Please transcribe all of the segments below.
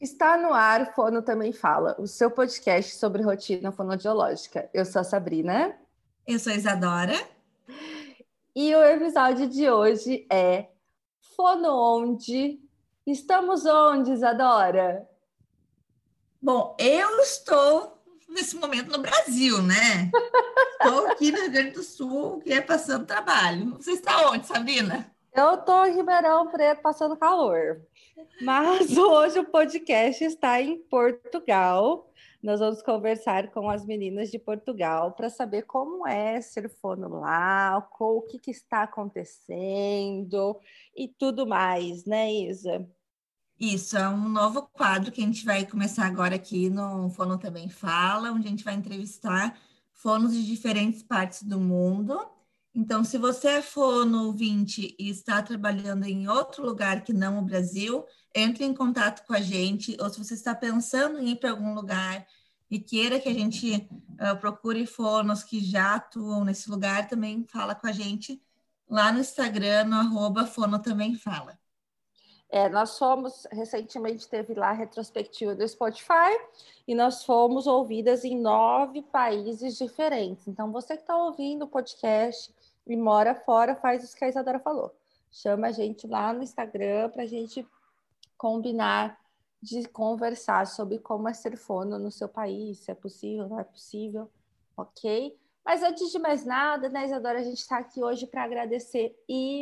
Está no ar, Fono Também Fala, o seu podcast sobre rotina fonoaudiológica. Eu sou a Sabrina. Eu sou a Isadora. E o episódio de hoje é Fono Onde? Estamos onde, Isadora? Bom, eu estou nesse momento no Brasil, né? Estou aqui no Rio Grande do Sul, que é passando trabalho. Você está onde, Sabrina? Eu estou em Ribeirão Preto passando calor. Mas hoje o podcast está em Portugal. Nós vamos conversar com as meninas de Portugal para saber como é ser fono lá, o que está acontecendo e tudo mais, né, Isa? Isso, é um novo quadro que a gente vai começar agora aqui no Fono Também Fala, onde a gente vai entrevistar fonos de diferentes partes do mundo. Então, se você é fono ouvinte e está trabalhando em outro lugar que não o Brasil, entre em contato com a gente, ou se você está pensando em ir para algum lugar e queira que a gente procure fonos que já atuam nesse lugar, também fala com a gente lá no Instagram, no @fono também fala. Nós fomos, recentemente teve lá a retrospectiva do Spotify e nós fomos ouvidas em 9 países diferentes. Então, você que está ouvindo o podcast e mora fora, faz isso que a Isadora falou. Chama a gente lá no Instagram para a gente combinar de conversar sobre como é ser fono no seu país, se é possível, não é possível, ok? Mas antes de mais nada, né, Isadora, a gente está aqui hoje para agradecer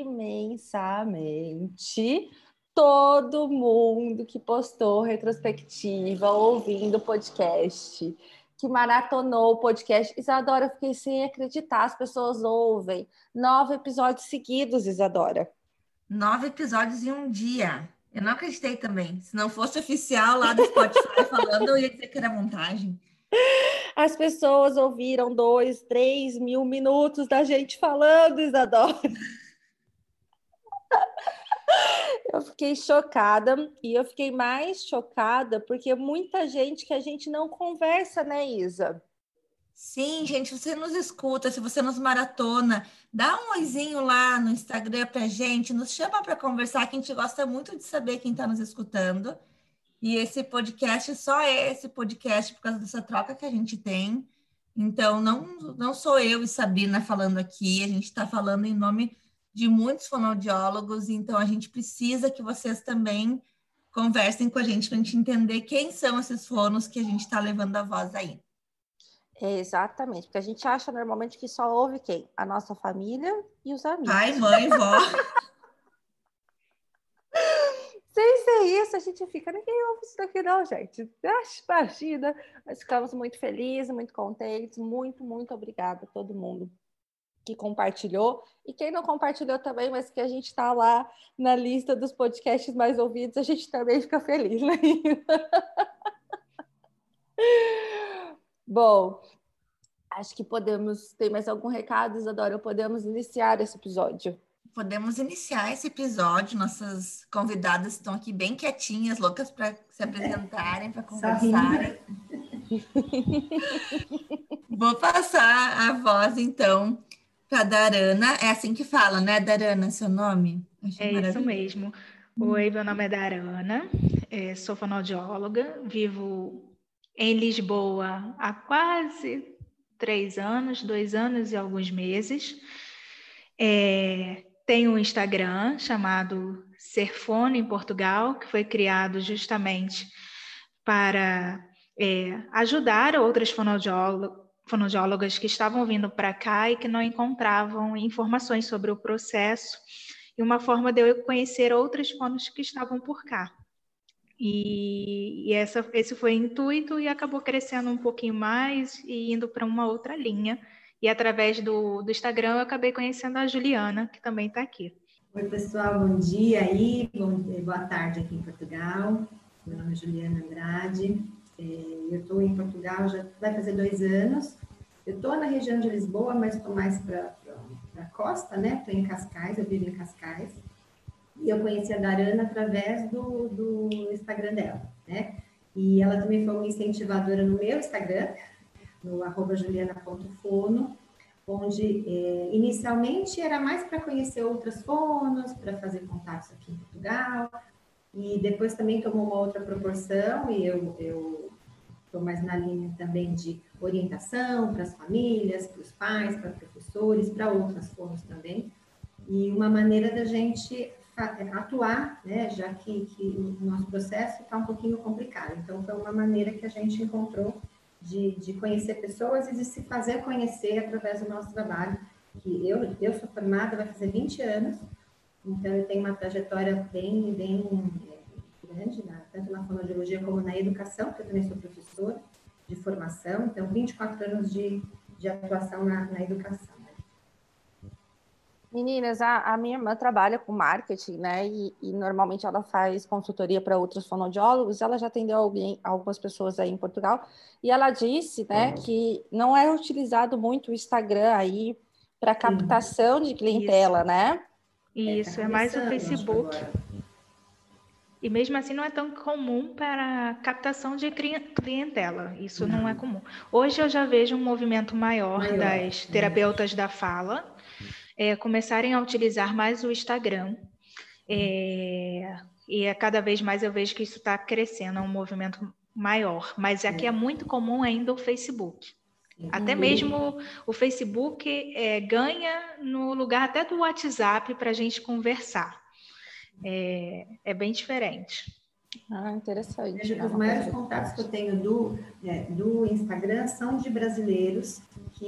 imensamente todo mundo que postou retrospectiva, ouvindo o podcast, que maratonou o podcast. Isadora, eu fiquei sem acreditar, as pessoas ouvem 9 episódios seguidos, Isadora. 9 episódios em um dia. Eu não acreditei também. Se não fosse oficial lá do Spotify falando, eu ia dizer que era montagem. As pessoas ouviram 2, 3 mil minutos da gente falando, Isadora. Eu fiquei chocada e eu fiquei mais chocada porque muita gente que a gente não conversa, né, Isa? Sim, gente, você nos escuta, se você nos maratona, dá um oizinho lá no Instagram pra gente, nos chama para conversar, que a gente gosta muito de saber quem está nos escutando. E esse podcast só é esse podcast por causa dessa troca que a gente tem. Então, não sou eu e Sabrina falando aqui, a gente está falando em nome de muitos fonoaudiólogos, então a gente precisa que vocês também conversem com a gente para a gente entender quem são esses fonos que a gente está levando a voz aí. Exatamente, porque a gente acha normalmente que só ouve quem? A nossa família e os amigos. Pai, mãe, vó. Sem ser isso, a gente fica, ninguém ouve isso daqui não, gente. Imagina, nós ficamos muito felizes, muito contentes, muito obrigada a todo mundo que compartilhou, e quem não compartilhou também, mas que a gente está lá na lista dos podcasts mais ouvidos, a gente também fica feliz, né? Bom, acho que podemos, tem mais algum recado, Isadora? Podemos iniciar esse episódio. Podemos iniciar esse episódio. Nossas convidadas estão aqui bem quietinhas, loucas para se apresentarem, para conversarem. Vou passar a voz, então, para a Darana. É assim que fala, né, Darana, seu nome? Achei isso mesmo. Oi, meu nome é Darana, sou fonoaudióloga, vivo em Lisboa há quase 3 anos, 2 anos e alguns meses. Tenho um Instagram chamado Ser Fono em Portugal, que foi criado justamente para ajudar outras fonoaudiólogas que estavam vindo para cá e que não encontravam informações sobre o processo, e uma forma de eu conhecer outras fonos que estavam por cá. E esse foi o intuito, e acabou crescendo um pouquinho mais e indo para uma outra linha. E através do Instagram eu acabei conhecendo a Juliana, que também está aqui. Oi, pessoal, bom dia aí, boa tarde aqui em Portugal. Meu nome é Juliana Andrade, eu estou em Portugal, já vai fazer 2 anos. Eu estou na região de Lisboa, mas estou mais para a costa, né? Estou em Cascais, eu vivo em Cascais. E eu conheci a Darana através do Instagram dela, né? E ela também foi uma incentivadora no meu Instagram, no @juliana.fono, onde inicialmente era mais para conhecer outras fonos, para fazer contatos aqui em Portugal, e depois também tomou uma outra proporção, e eu estou mais na linha também de orientação para as famílias, para os pais, para professores, para outras formas também, e uma maneira da gente atuar, né, já que o nosso processo está um pouquinho complicado. Então, foi uma maneira que a gente encontrou de conhecer pessoas e de se fazer conhecer através do nosso trabalho, que eu sou formada, vai fazer 20 anos, então eu tenho uma trajetória bem grande, tanto na fonoaudiologia como na educação, porque eu também sou professora de formação, então 24 anos de atuação na educação. Meninas, a minha irmã trabalha com marketing, né? E normalmente ela faz consultoria para outros fonoaudiólogos. Ela já atendeu algumas pessoas aí em Portugal. E ela disse, né, que não é utilizado muito o Instagram aí para captação de clientela, né? Isso, é mais o Facebook. E mesmo assim não é tão comum para captação de clientela. Isso não é comum. Hoje eu já vejo um movimento maior das terapeutas da fala começarem a utilizar mais o Instagram. E cada vez mais eu vejo que isso está crescendo, é um movimento maior. Mas aqui é muito comum ainda o Facebook. Até mesmo o Facebook ganha no lugar até do WhatsApp para a gente conversar. É bem diferente. Interessante. Os maiores contatos que eu tenho do Instagram são de brasileiros,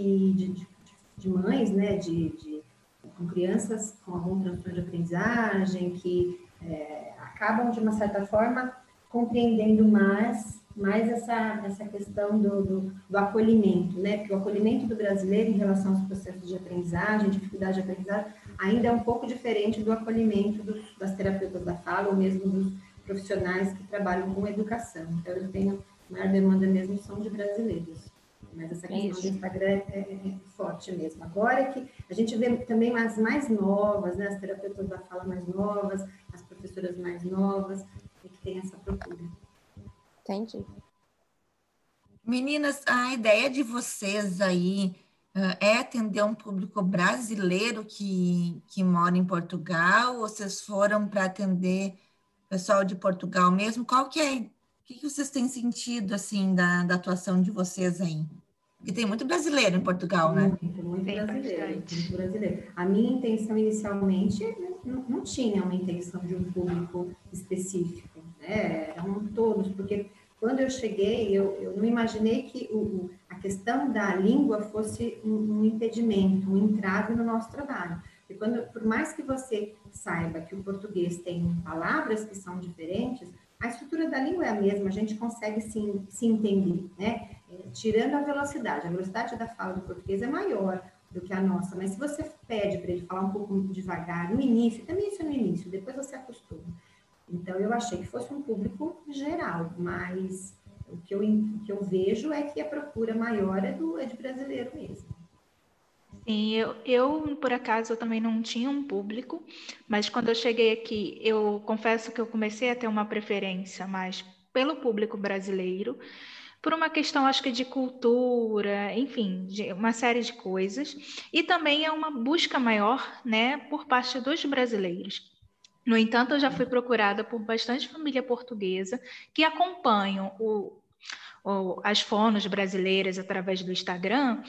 de mães, né, com crianças com algum transtorno de aprendizagem, que acabam, de uma certa forma, compreendendo mais essa questão do acolhimento, né? Porque o acolhimento do brasileiro em relação aos processos de aprendizagem, dificuldade de aprendizagem, ainda é um pouco diferente do acolhimento das terapeutas da fala, ou mesmo dos profissionais que trabalham com educação. Então, eu tenho a maior demanda mesmo são de brasileiros. Mas essa questão do Instagram é forte mesmo. Agora é que a gente vê também as mais novas, né? As terapeutas da fala mais novas, as professoras mais novas, que tem essa procura. Entendi. Meninas, a ideia de vocês aí é atender um público brasileiro que mora em Portugal, ou vocês foram para atender pessoal de Portugal mesmo? Qual que é, o que vocês têm sentido, assim, da atuação de vocês aí? Porque tem muito brasileiro em Portugal, né? Muito brasileiro. A minha intenção inicialmente não tinha uma intenção de um público específico, né? Eram todos, porque quando eu cheguei, eu não imaginei que a questão da língua fosse um impedimento, um entrave no nosso trabalho. E por mais que você saiba que o português tem palavras que são diferentes, a estrutura da língua é a mesma, a gente consegue se entender, né? Tirando a velocidade da fala do português é maior do que a nossa, mas se você pede para ele falar um pouco devagar, no início, também isso é no início, depois você acostuma. Então, eu achei que fosse um público geral, mas o que eu vejo é que a procura maior é de brasileiro mesmo. Sim, eu, por acaso, eu também não tinha um público, mas quando eu cheguei aqui, eu confesso que eu comecei a ter uma preferência mais pelo público brasileiro, por uma questão, acho que de cultura, enfim, de uma série de coisas, e também é uma busca maior, né, por parte dos brasileiros. No entanto, eu já fui procurada por bastante família portuguesa que acompanham as fonos brasileiras através do Instagram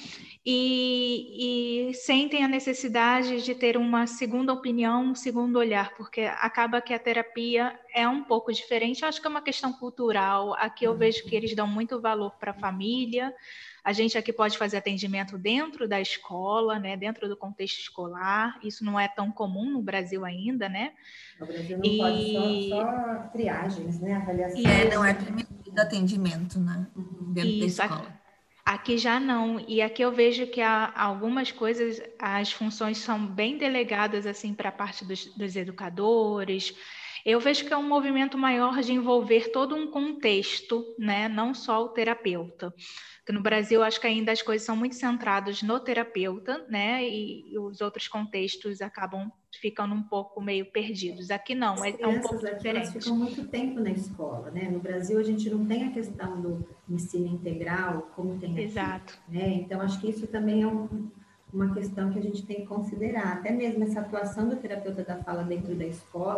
e sentem a necessidade de ter uma segunda opinião, um segundo olhar, porque acaba que a terapia é um pouco diferente. Eu acho que é uma questão cultural. Aqui eu vejo que eles dão muito valor para a família. A gente aqui pode fazer atendimento dentro da escola, né, dentro do contexto escolar. Isso não é tão comum no Brasil ainda, né? O Brasil não pode só triagens, né? Avaliação. Não é permitido atendimento, né? Dentro da escola. Aqui já não. E aqui eu vejo que há algumas coisas, as funções são bem delegadas assim para a parte dos educadores. Eu vejo que é um movimento maior de envolver todo um contexto, né? Não só o terapeuta. Porque no Brasil, acho que ainda as coisas são muito centradas no terapeuta, né? E os outros contextos acabam ficando um pouco meio perdidos. Aqui não, é um pouco diferente. Elas ficam muito tempo na escola, né? No Brasil, a gente não tem a questão do ensino integral, como tem aqui. Exato. Né? Então, acho que isso também é uma questão que a gente tem que considerar. Até mesmo essa atuação do terapeuta da fala dentro da escola,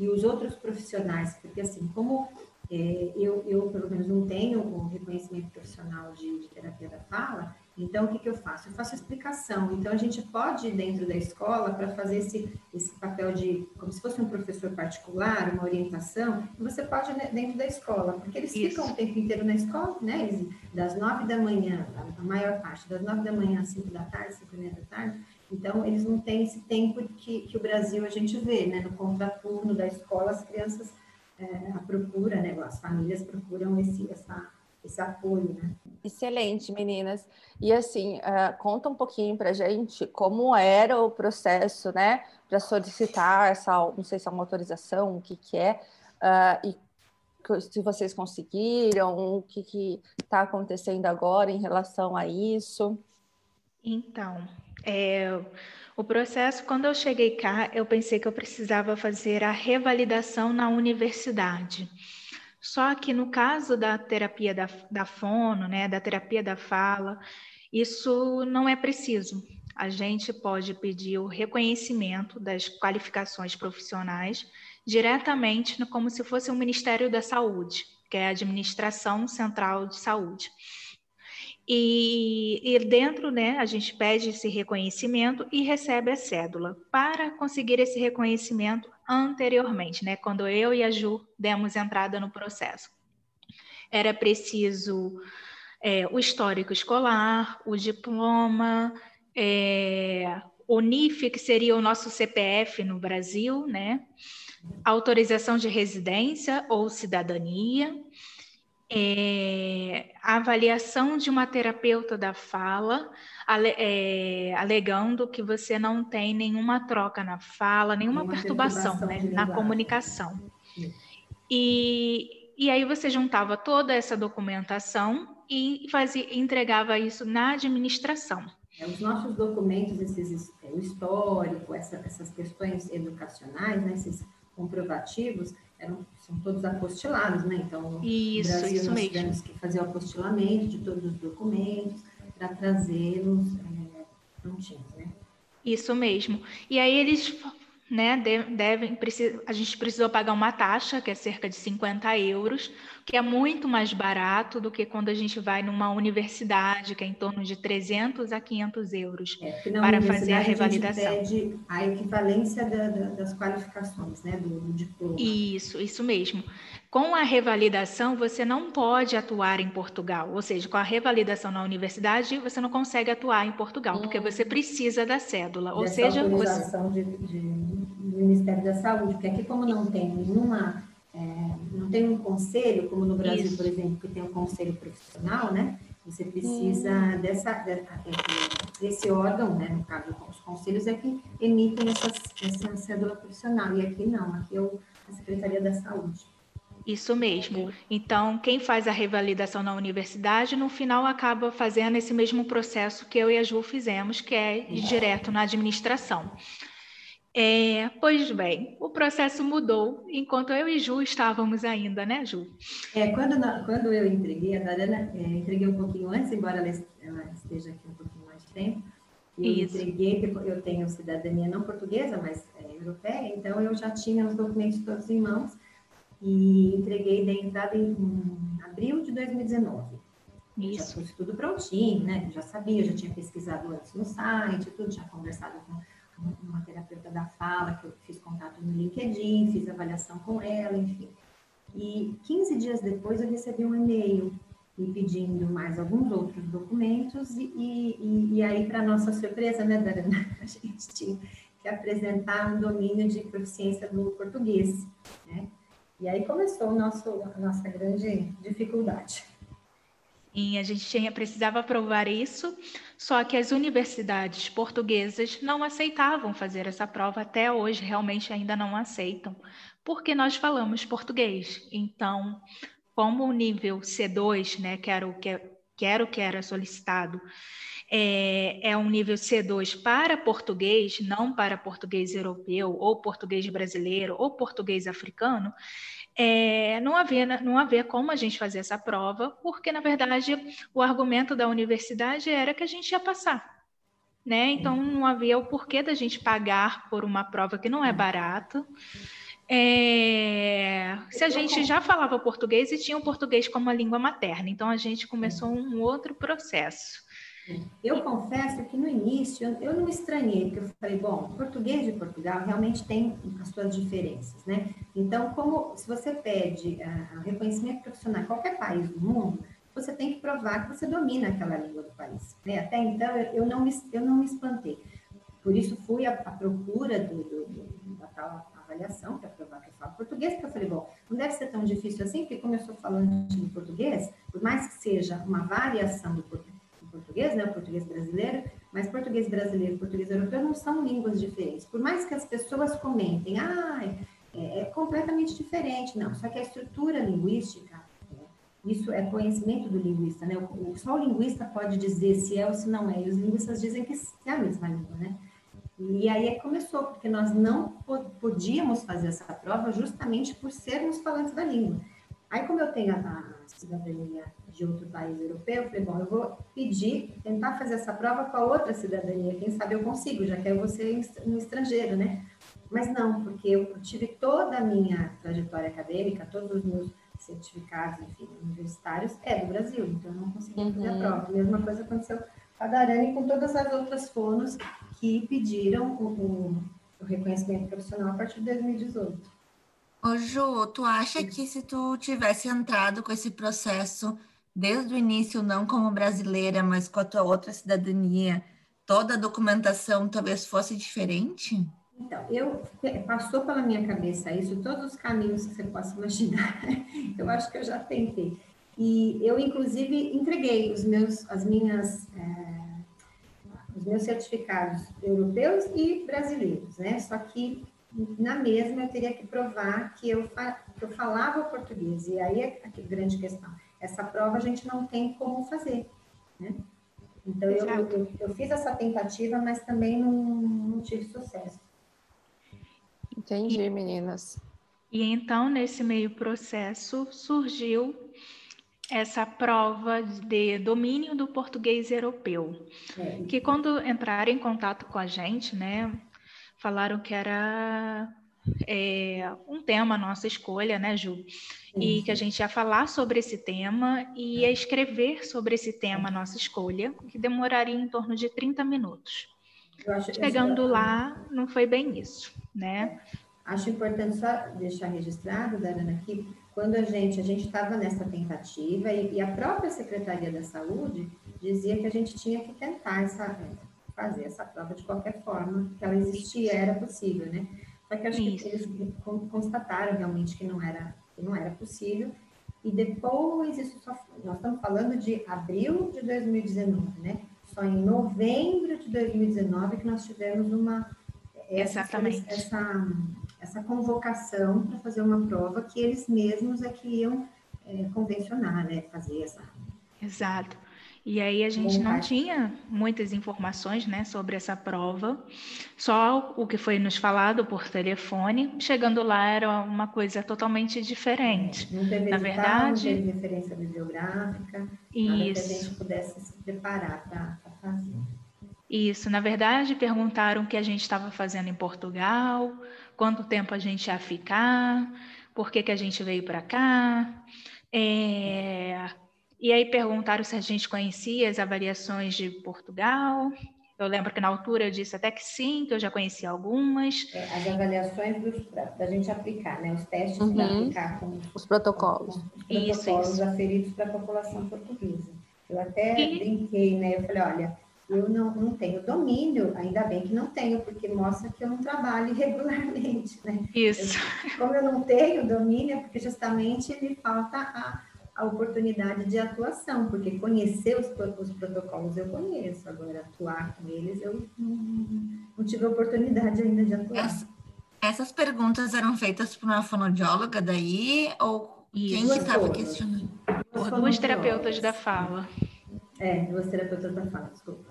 e os outros profissionais, porque assim, como eu pelo menos não tenho o reconhecimento profissional de terapia da fala, então o que eu faço? Eu faço explicação. Então a gente pode ir dentro da escola para fazer esse papel de, como se fosse um professor particular, uma orientação, e você pode ir dentro da escola, porque eles ficam o tempo inteiro na escola, né? Eles, das 9 da manhã, a maior parte, das 9 da manhã às 5 da tarde, 5:30 da tarde, então eles não têm esse tempo que o Brasil a gente vê, né? No contraturno da escola, as crianças a procura, né? As famílias procuram esse apoio, né? Excelente, meninas. E assim, conta um pouquinho para gente como era o processo, né, para solicitar essa, não sei se é uma autorização, o que é, e se vocês conseguiram, o que está acontecendo agora em relação a isso. Então, o processo, quando eu cheguei cá, eu pensei que eu precisava fazer a revalidação na universidade. Só que no caso da terapia da fono, né, da terapia da fala, isso não é preciso. A gente pode pedir o reconhecimento das qualificações profissionais diretamente como se fosse o Ministério da Saúde, que é a Administração Central de Saúde. E dentro, né, a gente pede esse reconhecimento e recebe a cédula. Para conseguir esse reconhecimento anteriormente, né, quando eu e a Ju demos entrada no processo, era preciso o histórico escolar, o diploma, o NIF, que seria o nosso CPF no Brasil, né, autorização de residência ou cidadania, a avaliação de uma terapeuta da fala, alegando que você não tem nenhuma troca na fala, nenhuma perturbação, né, na comunicação. E aí você juntava toda essa documentação e entregava isso na administração. Os nossos documentos, o histórico, essas questões educacionais, né, esses comprovativos, são todos apostilados, né? Então, no Brasil, nós tivemos que fazer o apostilamento de todos os documentos para trazê-los prontinhos, né? Isso mesmo. E aí eles, né, a gente precisou pagar uma taxa, que é cerca de 50 euros, que é muito mais barato do que quando a gente vai numa universidade, que é em torno de 300 a 500 euros para fazer a revalidação. A gente pede a equivalência das qualificações, né, do diploma. Isso mesmo. Com a revalidação, você não pode atuar em Portugal, ou seja, com a revalidação na universidade, você não consegue atuar em Portugal, porque você precisa da cédula. Ou seja, autorização do Ministério da Saúde, porque aqui, como não tem não tem um conselho, como no Brasil, por exemplo, que tem um conselho profissional, né? Você precisa desse órgão, né? No caso, os conselhos é que emitem essa cédula profissional, e aqui não, aqui é a Secretaria da Saúde. Isso mesmo. Então, quem faz a revalidação na universidade, no final acaba fazendo esse mesmo processo que eu e a Ju fizemos, que é ir direto na administração. Pois bem, o processo mudou enquanto eu e Ju estávamos ainda, né, Ju? Quando eu entreguei, a Dariana entreguei um pouquinho antes, embora ela esteja aqui um pouquinho mais de tempo. Eu entreguei, porque eu tenho cidadania não portuguesa, mas europeia, então eu já tinha os documentos todos em mãos e entreguei da entrada em abril de 2019. Já trouxe tudo prontinho, né? Já sabia, já tinha pesquisado antes no site, tudo, já conversado com uma terapeuta da fala, que eu fiz contato no LinkedIn, fiz avaliação com ela, enfim. E 15 dias depois eu recebi um e-mail me pedindo mais alguns outros documentos e aí, para nossa surpresa, né, Dariana, a gente tinha que apresentar um domínio de proficiência do português, né? E aí começou a nossa grande dificuldade. E a gente precisava provar isso, só que as universidades portuguesas não aceitavam fazer essa prova, até hoje realmente ainda não aceitam, porque nós falamos português. Então, como o nível C2, né, que era o que era solicitado, é um nível C2 para português, não para português europeu, ou português brasileiro, ou português africano, não havia como a gente fazer essa prova, porque, na verdade, o argumento da universidade era que a gente ia passar, né? Então, não havia o porquê da gente pagar por uma prova que não é barata, Se a gente já falava português e tinha o português como a língua materna, então a gente começou um outro processo. Eu confesso que no início eu não estranhei, porque eu falei, bom, português de Portugal realmente tem as suas diferenças, né? Então, se você pede reconhecimento profissional em qualquer país do mundo, você tem que provar que você domina aquela língua do país, né? Até então, eu não me espantei. Por isso, fui à procura da tal avaliação, para provar que eu falo português, porque eu falei, bom, não deve ser tão difícil assim, porque como eu estou falando de português, por mais que seja uma variação do português, né, o português brasileiro, mas português brasileiro e português europeu não são línguas diferentes. Por mais que as pessoas comentem, é completamente diferente. Não, só que a estrutura linguística, isso é conhecimento do linguista, né? Só o linguista pode dizer se é ou se não é, e os linguistas dizem que é a mesma língua, né? E aí começou, porque nós não podíamos fazer essa prova justamente por sermos falantes da língua. Aí, como eu tenho a cidadania de outro país europeu, eu falei, bom, eu vou tentar fazer essa prova com a outra cidadania, quem sabe eu consigo, já que eu vou ser um estrangeiro, né? Mas não, porque eu tive toda a minha trajetória acadêmica, todos os meus certificados, enfim, universitários, do Brasil, então eu não consegui fazer a prova. A mesma coisa aconteceu com a Darane e com todas as outras fonos que pediram o reconhecimento profissional a partir de 2018. Ô Ju, tu acha que se tu tivesse entrado com esse processo desde o início, não como brasileira, mas com a tua outra cidadania, toda a documentação talvez fosse diferente? Então, passou pela minha cabeça isso, todos os caminhos que você possa imaginar. Eu acho que eu já tentei. E eu, inclusive, entreguei os meus certificados europeus e brasileiros, né? Só que na mesma eu teria que provar que eu falava português. E aí é a grande questão. Essa prova a gente não tem como fazer, né? Então, eu fiz essa tentativa, mas também não tive sucesso. Entendi, meninas. E então, nesse meio processo, surgiu essa prova de domínio do português europeu, que quando entraram em contato com a gente, né, falaram que era um tema, nossa escolha, né, Ju? E que a gente ia falar sobre esse tema e ia escrever sobre esse tema, nossa escolha, que demoraria em torno de 30 minutos. Chegando lá, não foi bem isso, né? Acho importante só deixar registrado, Darana, que quando a gente estava nessa tentativa e a própria Secretaria da Saúde dizia que a gente tinha que tentar fazer essa prova de qualquer forma, que ela existia, era possível, né? Só que acho que eles constataram realmente que não era possível. E depois, nós estamos falando de abril de 2019, né? Só em novembro de 2019 que nós tivemos essa convocação para fazer uma prova que eles mesmos iam convencionar, né? Fazer essa... Exato. E aí a gente não tinha muitas informações, né, sobre essa prova, só o que foi nos falado por telefone. Chegando lá era uma coisa totalmente diferente. Não teve Na verdade, não teve referência bibliográfica, nada que a gente pudesse se preparar para fazer. Isso, na verdade, perguntaram o que a gente estava fazendo em Portugal, quanto tempo a gente ia ficar, por que a gente veio para cá. E aí perguntaram se a gente conhecia as avaliações de Portugal. Eu lembro que na altura eu disse até que sim, que eu já conhecia algumas. As avaliações para a gente aplicar, né? Os testes para aplicar com os protocolos. Os protocolos aferidos para a população portuguesa. Eu até brinquei, né? Eu falei, olha, eu não tenho domínio, ainda bem que não tenho, porque mostra que eu não trabalho regularmente, né? Isso. Como eu não tenho domínio, é porque justamente me falta a oportunidade de atuação, porque conhecer os protocolos eu conheço, agora atuar com eles eu não tive a oportunidade ainda de atuar. Essas perguntas eram feitas por uma fonoaudióloga daí, ou quem que estava questionando? Por duas terapeutas da fala. Duas terapeutas da fala, desculpa.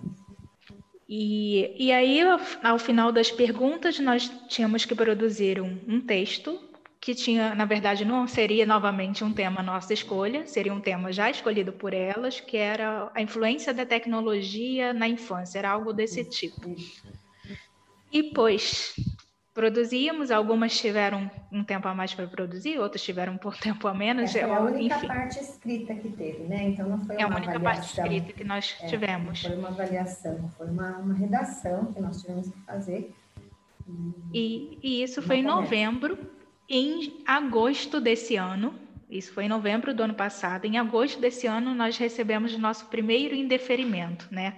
E aí, ao final das perguntas, nós tínhamos que produzir um texto que tinha, na verdade, não seria novamente um tema nossa escolha, seria um tema já escolhido por elas, que era a influência da tecnologia na infância, era algo desse tipo. E, pois, produzíamos, algumas tiveram um tempo a mais para produzir, outras tiveram um tempo a menos. Foi a única enfim, parte escrita que teve, né? Então não foi é a uma única avaliação. parte escrita que nós tivemos. Não foi uma avaliação, foi uma redação que nós tivemos que fazer. E isso foi em novembro. Em agosto desse ano, isso foi em novembro do ano passado, em agosto desse ano nós recebemos nosso primeiro indeferimento, né?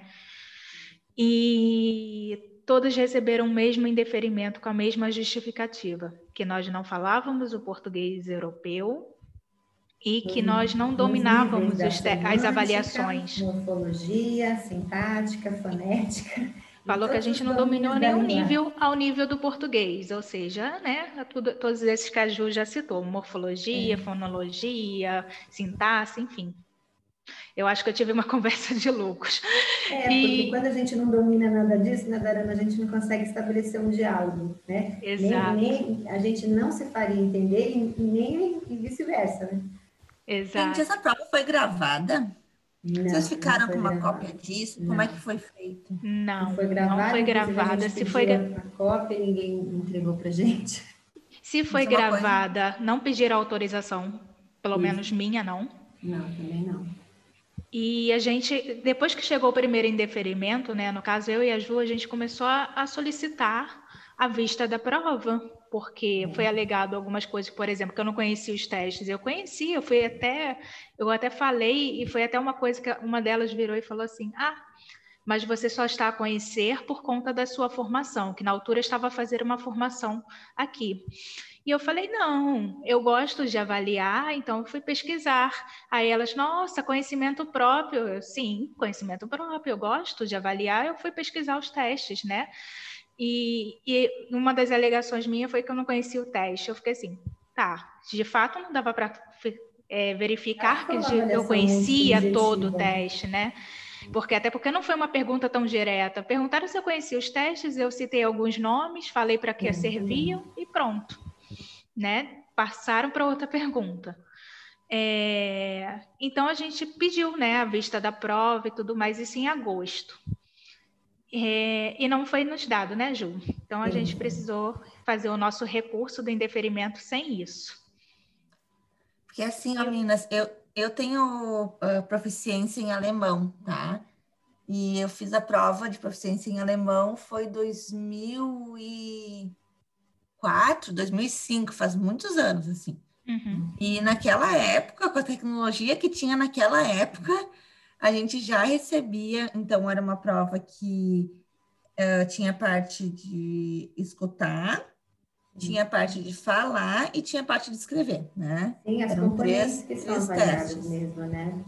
E todos receberam o mesmo indeferimento com a mesma justificativa, que nós não falávamos o português europeu e que nós não dominávamos as avaliações. Morfologia, sintática, fonética. Falou que a gente não dominou nenhum nível ao nível do português, ou seja, né, todos esses que a Ju já citou, morfologia, fonologia, sintaxe, enfim. Eu acho que eu tive uma conversa de loucos. Porque quando a gente não domina nada disso, né, Darana, a gente não consegue estabelecer um diálogo, né? Exato. Nem a gente não se faria entender e nem vice-versa, né? Exato. Gente, essa prova foi gravada? Não, vocês ficaram com uma gravada. cópia disso? Não. Como é que foi feito? Não foi gravada. Não foi gravada. Se foi a cópia, ninguém entregou pra gente. Se foi gravada, não pediram autorização, pelo menos minha, não. Não, também não. E a gente, depois que chegou o primeiro indeferimento, né, no caso eu e a Ju, a gente começou a solicitar a vista da prova, porque foi alegado algumas coisas, por exemplo, que eu não conhecia os testes. Eu conhecia, eu até falei, e foi até uma coisa que uma delas virou e falou assim, mas você só está a conhecer por conta da sua formação, que na altura eu estava a fazer uma formação aqui. E eu falei, não, eu gosto de avaliar, então eu fui pesquisar. Aí elas, nossa, conhecimento próprio. Eu, sim, conhecimento próprio, eu gosto de avaliar, eu fui pesquisar os testes, né? E uma das alegações minhas foi que eu não conhecia o teste. Eu fiquei assim, de fato não dava para verificar que eu conhecia todo o teste, né? Até porque não foi uma pergunta tão direta. Perguntaram se eu conhecia os testes, eu citei alguns nomes, falei para que serviam e pronto. Né? Passaram para outra pergunta. Então a gente pediu, né, a vista da prova e tudo mais, isso em agosto. E não foi nos dado, né, Ju? Então a gente precisou fazer o nosso recurso do indeferimento sem isso. Porque assim, meninas, eu tenho proficiência em alemão, tá? E eu fiz a prova de proficiência em alemão, foi 2004, 2005, faz muitos anos, assim. Uhum. E naquela época, com a tecnologia que tinha naquela época, a gente já recebia, então era uma prova que tinha parte de escutar, tinha parte de falar e tinha parte de escrever, né? Sim, as componentes que são avaliadas mesmo, né?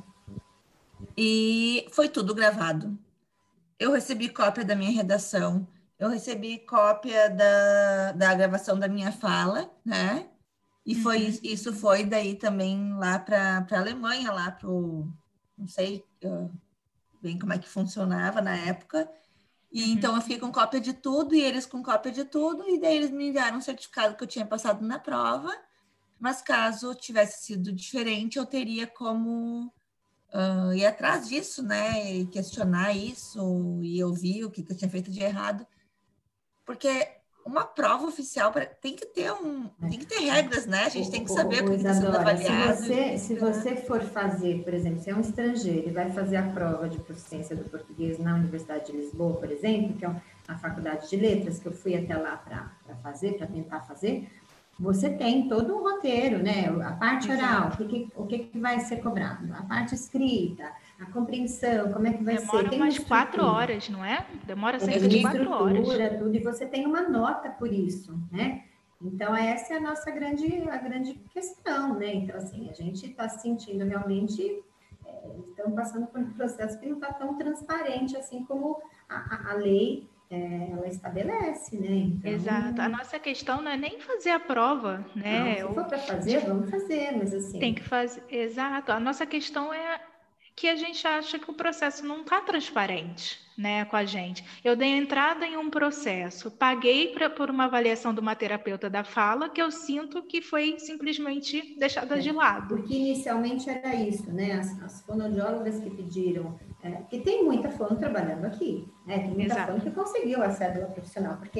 E foi tudo gravado. Eu recebi cópia da minha redação, eu recebi cópia da gravação da minha fala, né? E isso foi daí também lá para a Alemanha, lá para o... Não sei bem como é que funcionava na época. E então eu fiquei com cópia de tudo e eles com cópia de tudo. E daí eles me enviaram um certificado que eu tinha passado na prova. Mas caso tivesse sido diferente, eu teria como ir atrás disso, né? E questionar isso e ouvir o que eu tinha feito de errado. Porque uma prova oficial tem que ter regras, né? A gente tem que saber o que está sendo avaliado. Se você for fazer, por exemplo, se é um estrangeiro e vai fazer a prova de proficiência do português na Universidade de Lisboa, por exemplo, que é a Faculdade de Letras, que eu fui até lá para tentar fazer, você tem todo um roteiro, né? A parte oral, o que vai ser cobrado, a parte escrita, a compreensão, como é que vai ser. Demora umas 4 horas, não é? Demora cerca de 4 horas. Tudo, e você tem uma nota por isso, né? Então, essa é a nossa grande questão, né? Então, assim, a gente está sentindo realmente, estamos passando por um processo que não está tão transparente, assim como a lei ela estabelece, né? Então, exato. A nossa questão não é nem fazer a prova, né? Não, se for para fazer, vamos fazer, mas assim... Tem que fazer, exato. A nossa questão é que a gente acha que o processo não está transparente, né, com a gente. Eu dei entrada em um processo, paguei por uma avaliação de uma terapeuta da fala que eu sinto que foi simplesmente deixada de lado. Porque inicialmente era isso, né? As fonoaudiólogas que pediram, que tem muita fono trabalhando aqui, né? Tem muita fono que conseguiu a cédula profissional, porque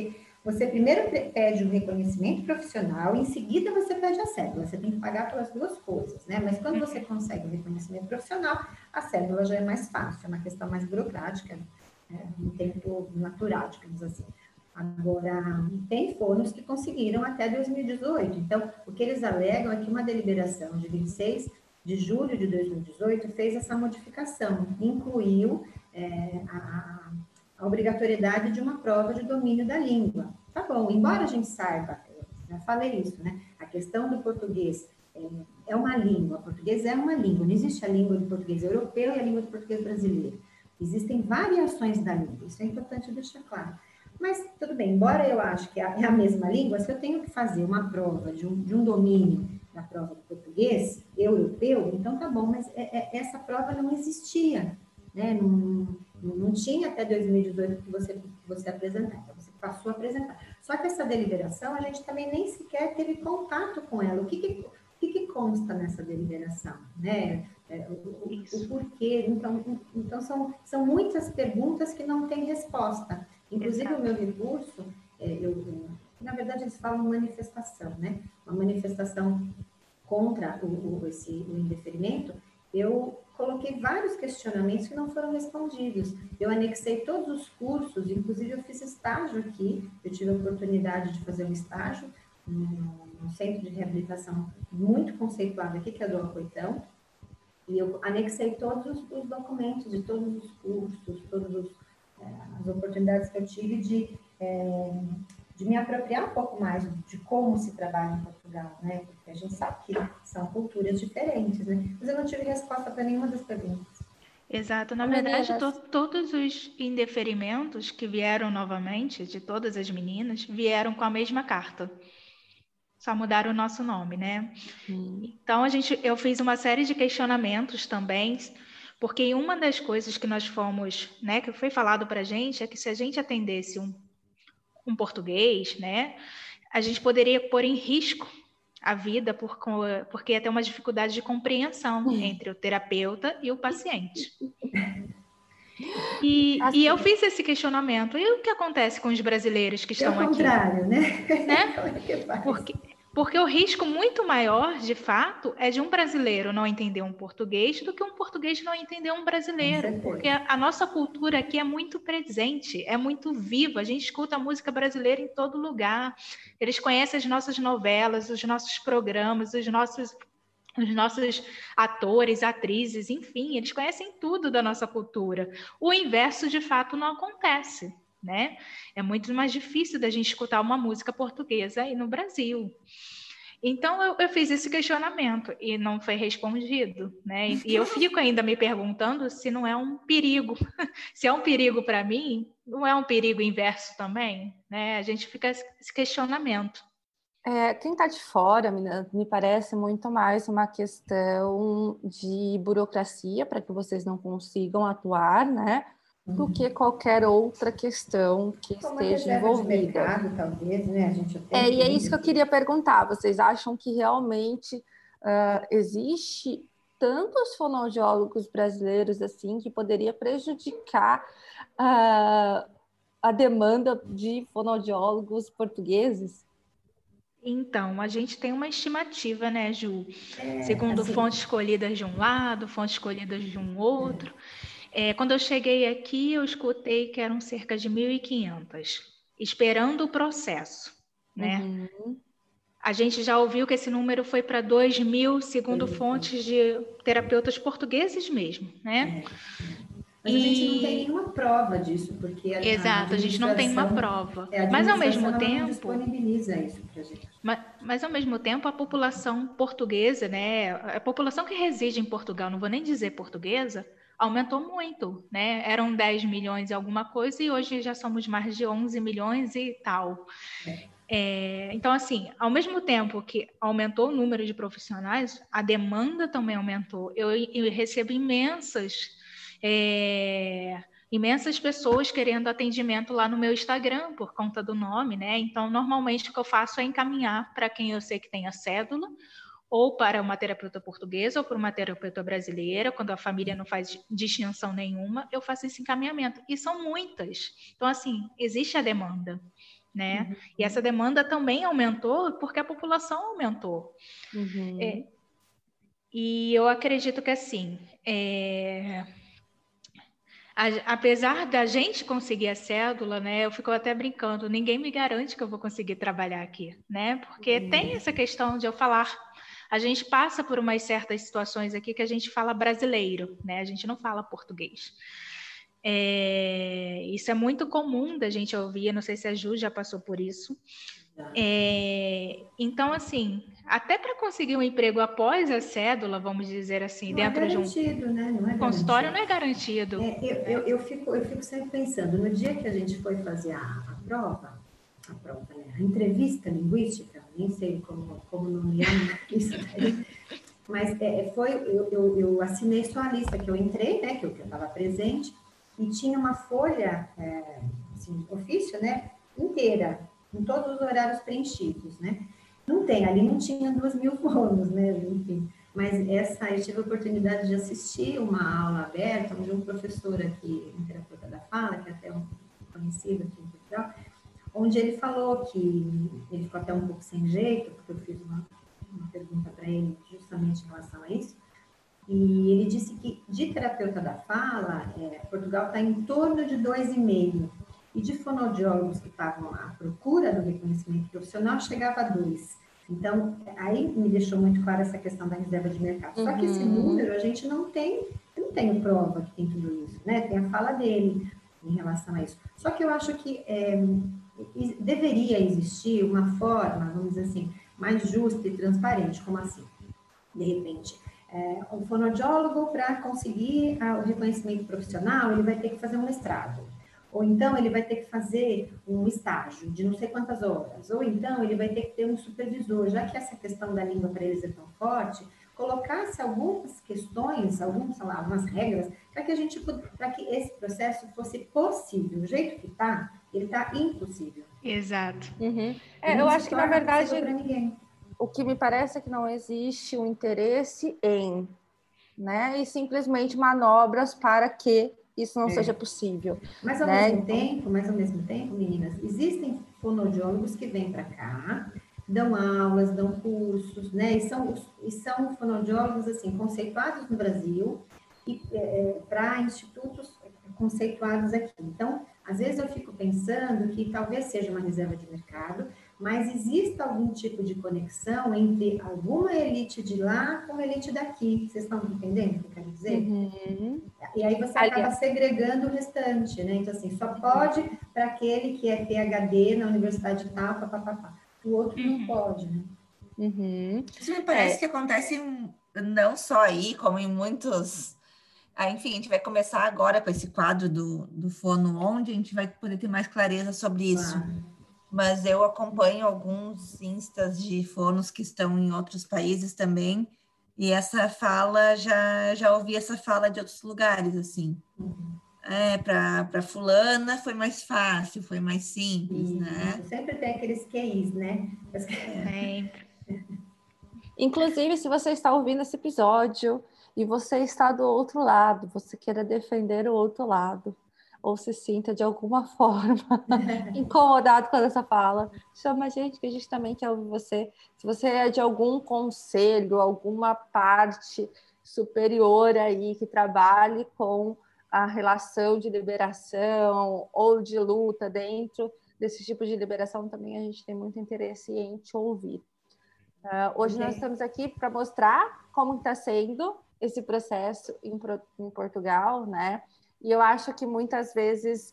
Você primeiro pede o reconhecimento profissional, em seguida você pede a cédula. Você tem que pagar pelas duas coisas, né? Mas quando você consegue o reconhecimento profissional, a cédula já é mais fácil, é uma questão mais burocrática, um tempo natural, digamos assim. Agora, tem fonos que conseguiram até 2018. Então, o que eles alegam é que uma deliberação de 26 de julho de 2018 fez essa modificação, incluiu a obrigatoriedade de uma prova de domínio da língua. Tá bom, embora a gente saiba, já falei isso, né? A questão do português é uma língua, português é uma língua, não existe a língua do português europeu e a língua do português brasileiro. Existem variações da língua, isso é importante deixar claro. Mas, tudo bem, embora eu ache que é a mesma língua, se eu tenho que fazer uma prova de um domínio da prova do português europeu, então tá bom, mas essa prova não existia, né? Não tinha até 2018 que você apresentar, então você passou a apresentar. Só que essa deliberação, a gente também nem sequer teve contato com ela. O que consta nessa deliberação, né? O porquê. Então são muitas perguntas que não têm resposta. Inclusive, exato. O meu recurso, na verdade, eles falam manifestação, né? Uma manifestação contra o indeferimento. Eu coloquei vários questionamentos que não foram respondidos. Eu anexei todos os cursos, inclusive eu fiz estágio aqui, eu tive a oportunidade de fazer um estágio num centro de reabilitação muito conceituado aqui, que é do Acoitão, e eu anexei todos os documentos de todos os cursos, todas as oportunidades que eu tive de me apropriar um pouco mais de como se trabalha em Portugal, né? Porque a gente sabe que são culturas diferentes, né? Mas eu não tive resposta para nenhuma das perguntas. Exato. Na verdade, todos os indeferimentos que vieram novamente, de todas as meninas, vieram com a mesma carta. Só mudaram o nosso nome, né? Então, eu fiz uma série de questionamentos também, porque uma das coisas que nós fomos, né, que foi falado para a gente, é que se a gente atendesse um português, né, a gente poderia pôr em risco a vida porque ia ter uma dificuldade de compreensão entre o terapeuta e o paciente. E eu fiz esse questionamento. E o que acontece com os brasileiros que estão aqui? É o contrário, né? Porque o risco muito maior, de fato, é de um brasileiro não entender um português do que um português não entender um brasileiro. Porque a nossa cultura aqui é muito presente, é muito viva. A gente escuta a música brasileira em todo lugar. Eles conhecem as nossas novelas, os nossos programas, os nossos atores, atrizes, enfim, eles conhecem tudo da nossa cultura. O inverso, de fato, não acontece, né? É muito mais difícil da gente escutar uma música portuguesa aí no Brasil. Então, eu fiz esse questionamento e não foi respondido, né? E eu fico ainda me perguntando se não é um perigo. Se é um perigo para mim, não é um perigo inverso também, né? A gente fica esse questionamento. Quem está de fora, me parece muito mais uma questão de burocracia para que vocês não consigam atuar, né? Do que qualquer outra questão que esteja envolvida. De mercado, talvez, né? E é isso que eu queria perguntar. Vocês acham que realmente existe tantos fonoaudiólogos brasileiros assim que poderia prejudicar a demanda de fonoaudiólogos portugueses? Então, a gente tem uma estimativa, né, Ju? Segundo assim, fontes escolhidas de um lado, fontes escolhidas de um outro. Quando eu cheguei aqui, eu escutei que eram cerca de 1.500, esperando o processo, né? Uhum. A gente já ouviu que esse número foi para 2.000, segundo fontes de terapeutas portugueses mesmo, né? Mas a gente não tem nenhuma prova disso, porque Exato, a gente não tem uma prova. Mas ao mesmo tempo disponibiliza isso para a gente. Mas ao mesmo tempo a população portuguesa, né, a população que reside em Portugal, não vou nem dizer portuguesa, aumentou muito, né? Eram 10 milhões e alguma coisa e hoje já somos mais de 11 milhões e tal. Então, assim, ao mesmo tempo que aumentou o número de profissionais, a demanda também aumentou. Eu recebo imensas pessoas querendo atendimento lá no meu Instagram por conta do nome, né? Então, normalmente o que eu faço é encaminhar para quem eu sei que tem a cédula, ou para uma terapeuta portuguesa ou para uma terapeuta brasileira, quando a família não faz distinção nenhuma, eu faço esse encaminhamento. E são muitas. Então, assim, existe a demanda, né? E essa demanda também aumentou porque a população aumentou. E eu acredito que, assim, apesar da gente conseguir a cédula, né, eu fico até brincando, ninguém me garante que eu vou conseguir trabalhar aqui, né? Porque tem essa questão de eu falar. A gente passa por umas certas situações aqui que a gente fala brasileiro, né? A gente não fala português. Isso é muito comum da gente ouvir, não sei se a Ju já passou por isso. Então, assim, até para conseguir um emprego após a cédula, vamos dizer assim, não dentro de um né? Não é consultório, garantido. não é garantido. Eu fico sempre pensando, no dia que a gente foi fazer a prova, né? A entrevista linguística, nem sei como nomear isso daí, mas eu assinei só a lista que eu entrei, né, que eu estava presente, e tinha uma folha, assim, ofício, né, inteira, com todos os horários preenchidos, né. Ali não tinha 2.000 fonos, né, enfim. Mas eu tive a oportunidade de assistir uma aula aberta, onde um professor aqui, um terapeuta da fala, que é até um conhecido aqui em Portugal, onde ele falou que ele ficou até um pouco sem jeito, porque eu fiz uma pergunta para ele justamente em relação a isso, e ele disse que de terapeuta da fala, Portugal está em torno de 2,5, e de fonoaudiólogos que estavam à procura do reconhecimento profissional, chegava a 2. Então, aí me deixou muito clara essa questão da reserva de mercado. Só que esse número a gente não tem, eu não tenho prova que tem tudo isso, né? Tem a fala dele em relação a isso. Só que eu acho que deveria existir uma forma, vamos dizer assim, mais justa e transparente, como assim? De repente, um fonoaudiólogo, para conseguir o reconhecimento profissional, ele vai ter que fazer um mestrado. Ou então ele vai ter que fazer um estágio de não sei quantas horas. Ou então ele vai ter que ter um supervisor, já que essa questão da língua para eles é tão forte, colocasse algumas questões, algumas regras, para que esse processo fosse possível. O jeito que está, ele está impossível. Exato. Eu acho que, na verdade, ninguém. O que me parece é que não existe um interesse em, né? E simplesmente manobras para que isso não seja possível. Mas ao mesmo tempo, meninas, existem fonoaudiólogos que vêm para cá, dão aulas, dão cursos, né? E são fonoaudiólogos, assim, conceituados no Brasil e para institutos conceituados aqui. Então, às vezes eu fico pensando que talvez seja uma reserva de mercado, mas existe algum tipo de conexão entre alguma elite de lá com a elite daqui. Vocês estão entendendo o que eu quero dizer? E aí você acaba segregando o restante, né? Então, assim, só pode para aquele que é PhD na universidade tal, papapá. O outro não pode, né? Isso me parece que acontece não só aí, como em muitos... enfim, a gente vai começar agora com esse quadro do Fono, onde a gente vai poder ter mais clareza sobre isso. Claro. Mas eu acompanho alguns instas de fonos que estão em outros países também, e essa fala, já ouvi essa fala de outros lugares, assim. Para fulana foi mais fácil, foi mais simples, né? Sempre tem aqueles QIs, né? Inclusive, se você está ouvindo esse episódio e você está do outro lado, você queira defender o outro lado, ou se sinta de alguma forma incomodado com essa fala, chama a gente, que a gente também quer ouvir você. Se você é de algum conselho, alguma parte superior aí que trabalhe com a relação de liberação ou de luta dentro desse tipo de liberação, também a gente tem muito interesse em te ouvir. Hoje nós estamos aqui para mostrar como está sendo esse processo em Portugal, né? E eu acho que muitas vezes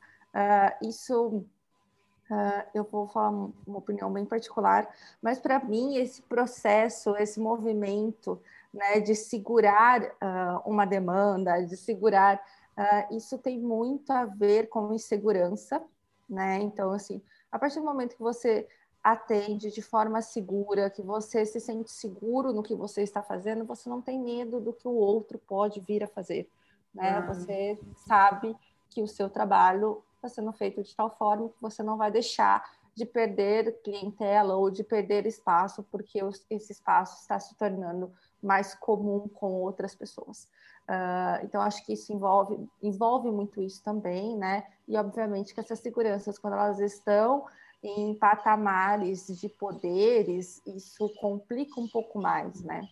eu vou falar uma opinião bem particular, mas para mim esse processo, esse movimento, né, de segurar uma demanda, de segurar, isso tem muito a ver com insegurança, né? Então, assim, a partir do momento que você atende de forma segura, que você se sente seguro no que você está fazendo, você não tem medo do que o outro pode vir a fazer, né? Você sabe que o seu trabalho está sendo feito de tal forma que você não vai deixar de perder clientela ou de perder espaço, porque esse espaço está se tornando mais comum com outras pessoas. Então, acho que isso envolve muito isso também, né? E, obviamente, que essas seguranças, quando elas estão em patamares de poderes, isso complica um pouco mais, né?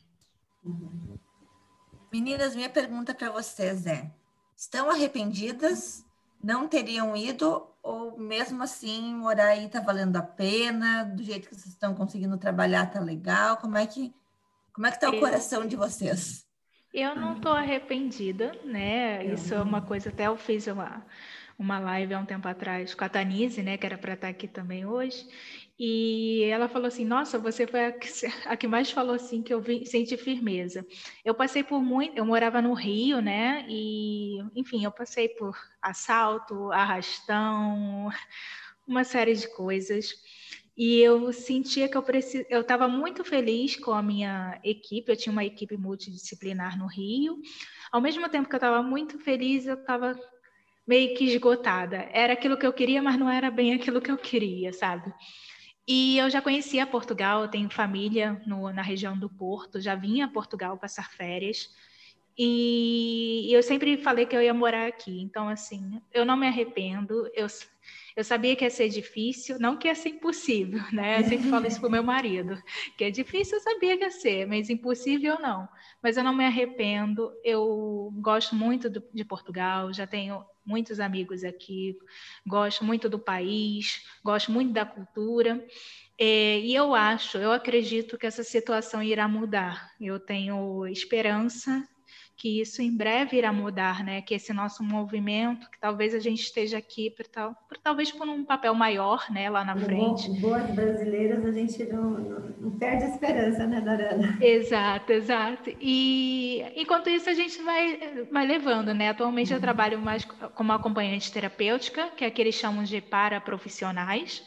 Meninas, minha pergunta para vocês é: estão arrependidas? Não teriam ido? Ou mesmo assim, morar aí está valendo a pena? Do jeito que vocês estão conseguindo trabalhar, tá legal? Como é que tá o coração de vocês? Eu não estou arrependida, né? Isso é uma coisa, até eu fiz uma live há um tempo atrás com a Tanise, né? Que era para estar aqui também hoje. E ela falou assim, nossa, você foi a que mais falou assim, que eu senti firmeza. Eu passei por muito, eu morava no Rio, né? E, enfim, eu passei por assalto, arrastão, uma série de coisas. E eu sentia que eu estava muito feliz com a minha equipe, eu tinha uma equipe multidisciplinar no Rio. Ao mesmo tempo que eu estava muito feliz, eu estava meio que esgotada. Era aquilo que eu queria, mas não era bem aquilo que eu queria, sabe? E eu já conhecia Portugal, eu tenho família na região do Porto, já vinha a Portugal passar férias. E eu sempre falei que eu ia morar aqui. Então, assim, eu não me arrependo. Eu sabia que ia ser difícil, não que ia ser impossível, né? Eu sempre falo isso pro meu marido, que é difícil, eu sabia que ia ser, mas impossível não. Mas eu não me arrependo. Eu gosto muito de Portugal, já tenho muitos amigos aqui, gosto muito do país, gosto muito da cultura. E eu acredito que essa situação irá mudar. Eu tenho esperança que isso em breve irá mudar, né? Que esse nosso movimento, que talvez a gente esteja aqui talvez por um papel maior, né? Lá na frente. Boas brasileiras, a gente não perde a esperança, né, Darana? Exato, exato. E enquanto isso a gente vai levando, né? Atualmente eu trabalho mais como acompanhante terapêutica, que é que eles chamam de paraprofissionais.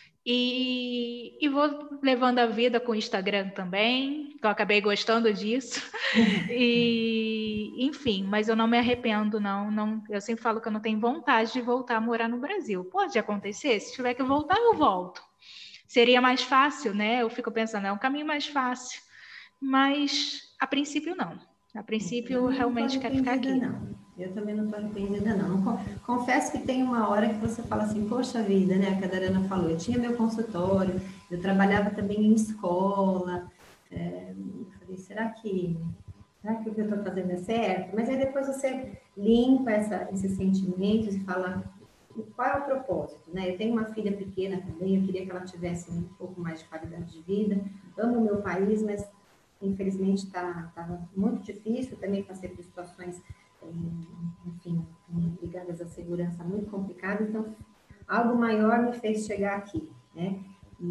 E vou levando a vida com o Instagram também, que eu acabei gostando disso. E, enfim, mas eu não me arrependo, não. Eu sempre falo que eu não tenho vontade de voltar a morar no Brasil. Pode acontecer, se tiver que voltar, eu volto. Seria mais fácil, né? Eu fico pensando, é um caminho mais fácil. Mas, a princípio, não. A princípio, eu realmente quero ficar aqui. Não. Eu também não estou arrependida, não. Confesso que tem uma hora que você fala assim, poxa vida, né? A Darana falou, eu tinha meu consultório, eu trabalhava também em escola. Eu falei, será que o que eu estou fazendo é certo? Mas aí depois você limpa esses sentimentos e fala, qual é o propósito, né? Eu tenho uma filha pequena também, eu queria que ela tivesse um pouco mais de qualidade de vida. Amo o meu país, mas infelizmente está muito difícil. Eu também passei por situações, enfim, ligadas à segurança muito complicadas. Então, algo maior me fez chegar aqui, né?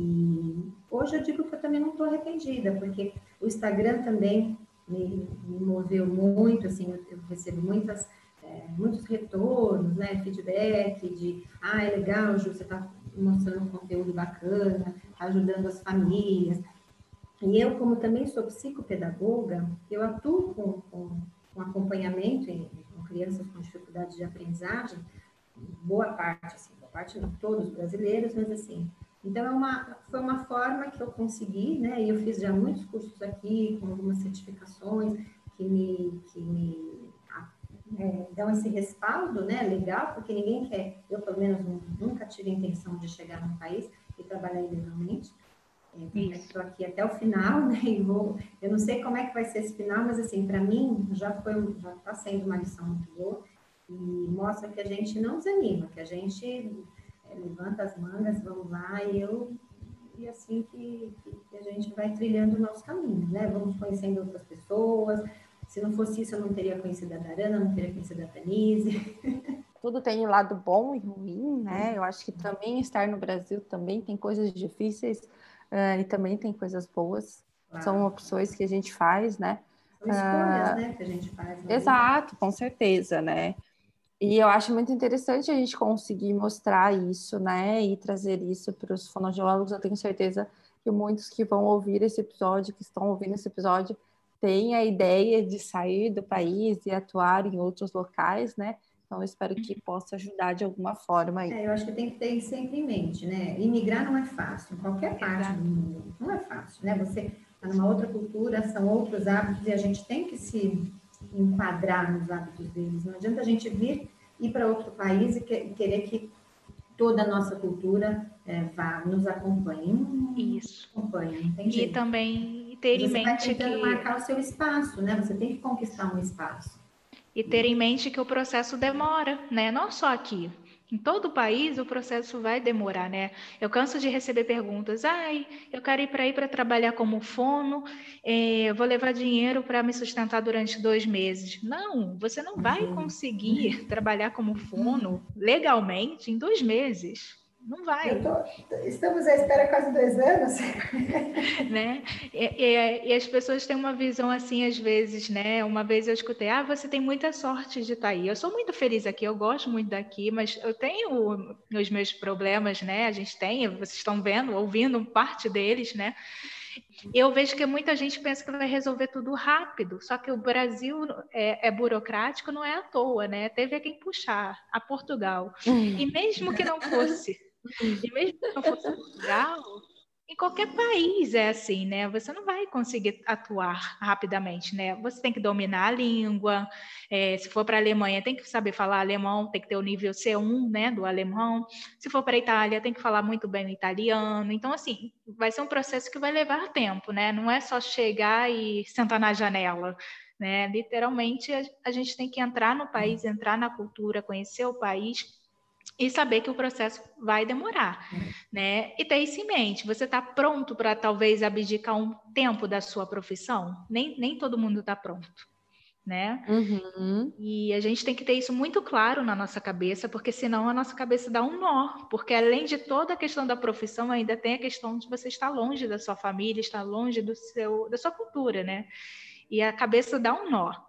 E hoje eu digo que eu também não estou arrependida, porque o Instagram também me moveu muito, assim, eu recebo muitos retornos, né, feedback de, é legal, Ju, você está mostrando um conteúdo bacana, ajudando as famílias. E eu, como também sou psicopedagoga, eu atuo com acompanhamento com crianças com dificuldade de aprendizagem, boa parte não todos brasileiros, mas assim, então foi uma forma que eu consegui, né, e eu fiz já muitos cursos aqui, com algumas certificações que me dão esse respaldo, né, legal, porque ninguém quer, eu pelo menos nunca tive a intenção de chegar num país e trabalhar ilegalmente. Estou aqui até o final, né? Eu não sei como é que vai ser esse final, mas assim, para mim já está sendo uma lição muito boa e mostra que a gente não desanima, que a gente levanta as mangas, vamos lá, e assim que a gente vai trilhando o nosso caminho, né? Vamos conhecendo outras pessoas. Se não fosse isso, eu não teria conhecido a Darana, não teria conhecido a Tanise. Tudo tem um lado bom e ruim, né? Eu acho que também estar no Brasil também tem coisas difíceis e também tem coisas boas. Claro. São opções que a gente faz, né? São escolhas, né, que a gente faz. Exato, com certeza, né? E eu acho muito interessante a gente conseguir mostrar isso, né? E trazer isso para os fonoaudiólogos. Eu tenho certeza que muitos que vão ouvir esse episódio, que estão ouvindo esse episódio, têm a ideia de sair do país e atuar em outros locais, né? Então, eu espero que possa ajudar de alguma forma aí. Eu acho que tem que ter sempre em mente, né? Imigrar não é fácil, em qualquer parte do mundo, não é fácil, né? Você está numa outra cultura, são outros hábitos e a gente tem que se enquadrar nos hábitos deles. Não adianta a gente ir para outro país e querer que toda a nossa cultura nos acompanhe. Isso. Acompanha, não tem E jeito. também ter em Você vai mente tentando que... marcar o seu espaço, né? Você tem que conquistar um espaço. E ter em mente que o processo demora, né? Não só aqui. Em todo o país o processo vai demorar, né? Eu canso de receber perguntas. Eu quero ir para trabalhar como fono, vou levar dinheiro para me sustentar durante 2 meses. Não, você não vai conseguir trabalhar como fono legalmente em 2 meses. Não vai. Estamos à espera quase 2 anos. Né? E as pessoas têm uma visão assim, às vezes, né? Uma vez eu escutei, você tem muita sorte de estar aí. Eu sou muito feliz aqui, eu gosto muito daqui, mas eu tenho os meus problemas, né? A gente tem, vocês estão vendo, ouvindo parte deles, né? Eu vejo que muita gente pensa que vai resolver tudo rápido, só que o Brasil é burocrático, não é à toa, né? Teve quem puxar a Portugal. E mesmo que não fosse Portugal, em qualquer país é assim, né? Você não vai conseguir atuar rapidamente, né? Você tem que dominar a língua. Se for para a Alemanha, tem que saber falar alemão, tem que ter o nível C1, né, do alemão. Se for para a Itália, tem que falar muito bem o italiano. Então, assim, vai ser um processo que vai levar tempo, né? Não é só chegar e sentar na janela, né? Literalmente, a gente tem que entrar no país, entrar na cultura, conhecer o país e saber que o processo vai demorar, né? E ter isso em mente. Você está pronto para talvez abdicar um tempo da sua profissão? Nem todo mundo está pronto, né? Uhum. E a gente tem que ter isso muito claro na nossa cabeça, porque senão a nossa cabeça dá um nó. Porque além de toda a questão da profissão, ainda tem a questão de você estar longe da sua família, estar longe da sua cultura, né? E a cabeça dá um nó.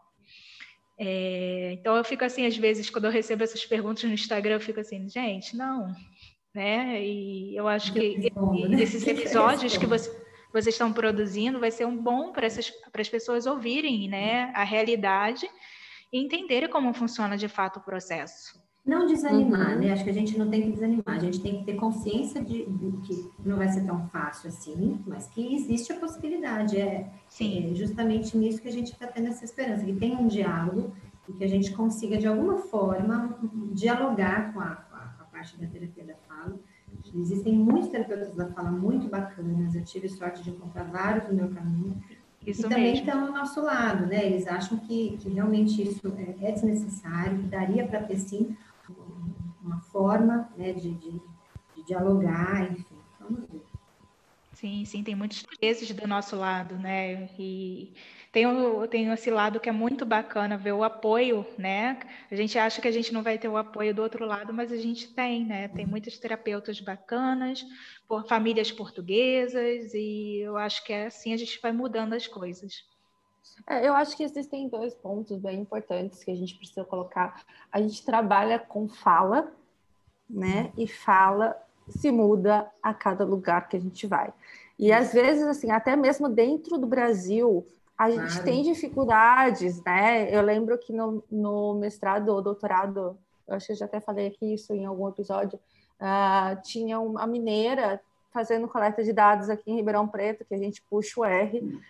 Então eu fico assim, às vezes, quando eu recebo essas perguntas no Instagram, eu fico assim, gente, não, né? E eu acho que esses episódios que vocês estão produzindo vai ser um bom para as pessoas ouvirem, né, a realidade e entenderem como funciona de fato o processo. Não desanimar, né? Acho que a gente não tem que desanimar, a gente tem que ter consciência de que não vai ser tão fácil assim, mas que existe a possibilidade. Sim. É justamente nisso que a gente está tendo essa esperança, que tem um diálogo e que a gente consiga, de alguma forma, dialogar com a parte da terapia da fala. Existem muitos terapeutas da fala muito bacanas, eu tive sorte de encontrar vários no meu caminho. Isso e também mesmo. estão ao nosso lado, né? Eles acham que realmente isso é desnecessário, que daria para ter, sim, uma forma, né, de dialogar, enfim. Vamos ver. Sim, tem muitos interesses do nosso lado, né? E tem esse lado que é muito bacana ver o apoio, né? A gente acha que a gente não vai ter o apoio do outro lado, mas a gente tem, né? Tem muitos terapeutas bacanas, por famílias portuguesas, e eu acho que assim a gente vai mudando as coisas. Eu acho que existem 2 pontos bem importantes que a gente precisa colocar. A gente trabalha com fala, né? E fala se muda a cada lugar que a gente vai. E às vezes, assim, até mesmo dentro do Brasil, a gente tem dificuldades, né? Eu lembro que no mestrado ou doutorado, eu acho que eu já até falei aqui isso em algum episódio, tinha uma mineira fazendo coleta de dados aqui em Ribeirão Preto, que a gente puxa o R,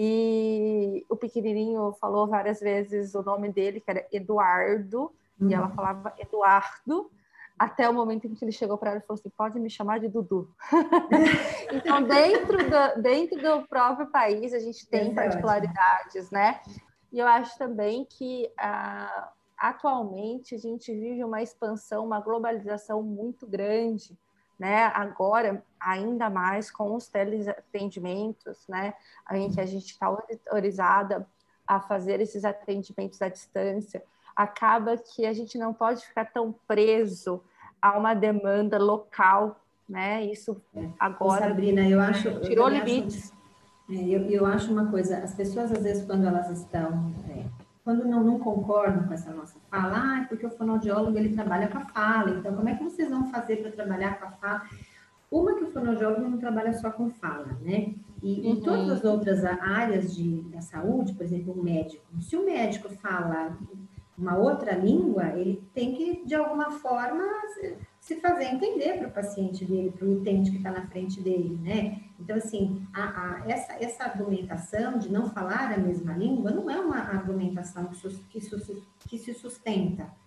e o pequenininho falou várias vezes o nome dele, que era Eduardo, e ela falava Eduardo, até o momento em que ele chegou para ela e falou assim, pode me chamar de Dudu. Então, dentro do próprio país, a gente tem particularidades, né? E eu acho também que, atualmente, a gente vive uma expansão, uma globalização muito grande, né? Agora, ainda mais com os teleatendimentos, né? Em que a gente está autorizada a fazer esses atendimentos à distância, acaba que a gente não pode ficar tão preso a uma demanda local, né? Isso agora Sabrina, eu acho, tirou limites. Eu acho uma coisa, as pessoas às vezes quando elas estão, quando não concordam com essa nossa fala, porque o fonoaudiólogo ele trabalha com a fala, então como é que vocês vão fazer para trabalhar com a fala? Uma que o fonoaudiólogo não trabalha só com fala, né? E em todas as outras áreas da saúde, por exemplo, o médico, se o médico fala uma outra língua, ele tem que, de alguma forma, se fazer entender para o paciente dele, para o utente que está na frente dele, né? Então, assim, essa argumentação de não falar a mesma língua não é uma argumentação que se sustenta,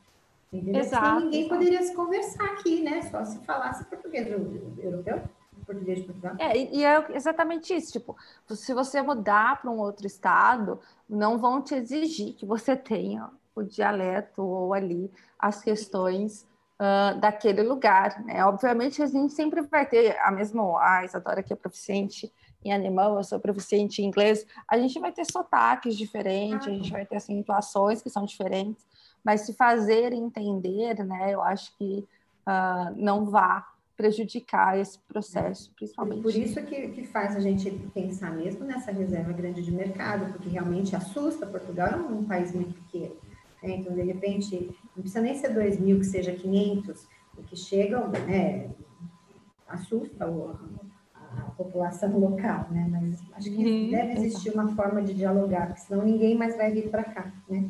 Entendeu? Senão ninguém poderia se conversar aqui, né? Só se falasse português europeu, português de Portugal. E é exatamente isso. Tipo, se você mudar para um outro estado, não vão te exigir que você tenha o dialeto ou ali as questões daquele lugar, né? Obviamente, a gente sempre vai ter a Isadora que é proficiente em alemão, eu sou proficiente em inglês, a gente vai ter sotaques diferentes, a gente vai ter acentuações que são diferentes, mas se fazer entender, né? Eu acho que não vá prejudicar esse processo, principalmente. Por isso que faz a gente pensar mesmo nessa reserva grande de mercado, porque realmente assusta. Portugal é um país muito pequeno, né? Então, de repente, não precisa nem ser 2.000, que seja 500, o que chega, né, assusta a população local, né? Mas acho que deve existir uma forma de dialogar, porque senão ninguém mais vai vir para cá, né?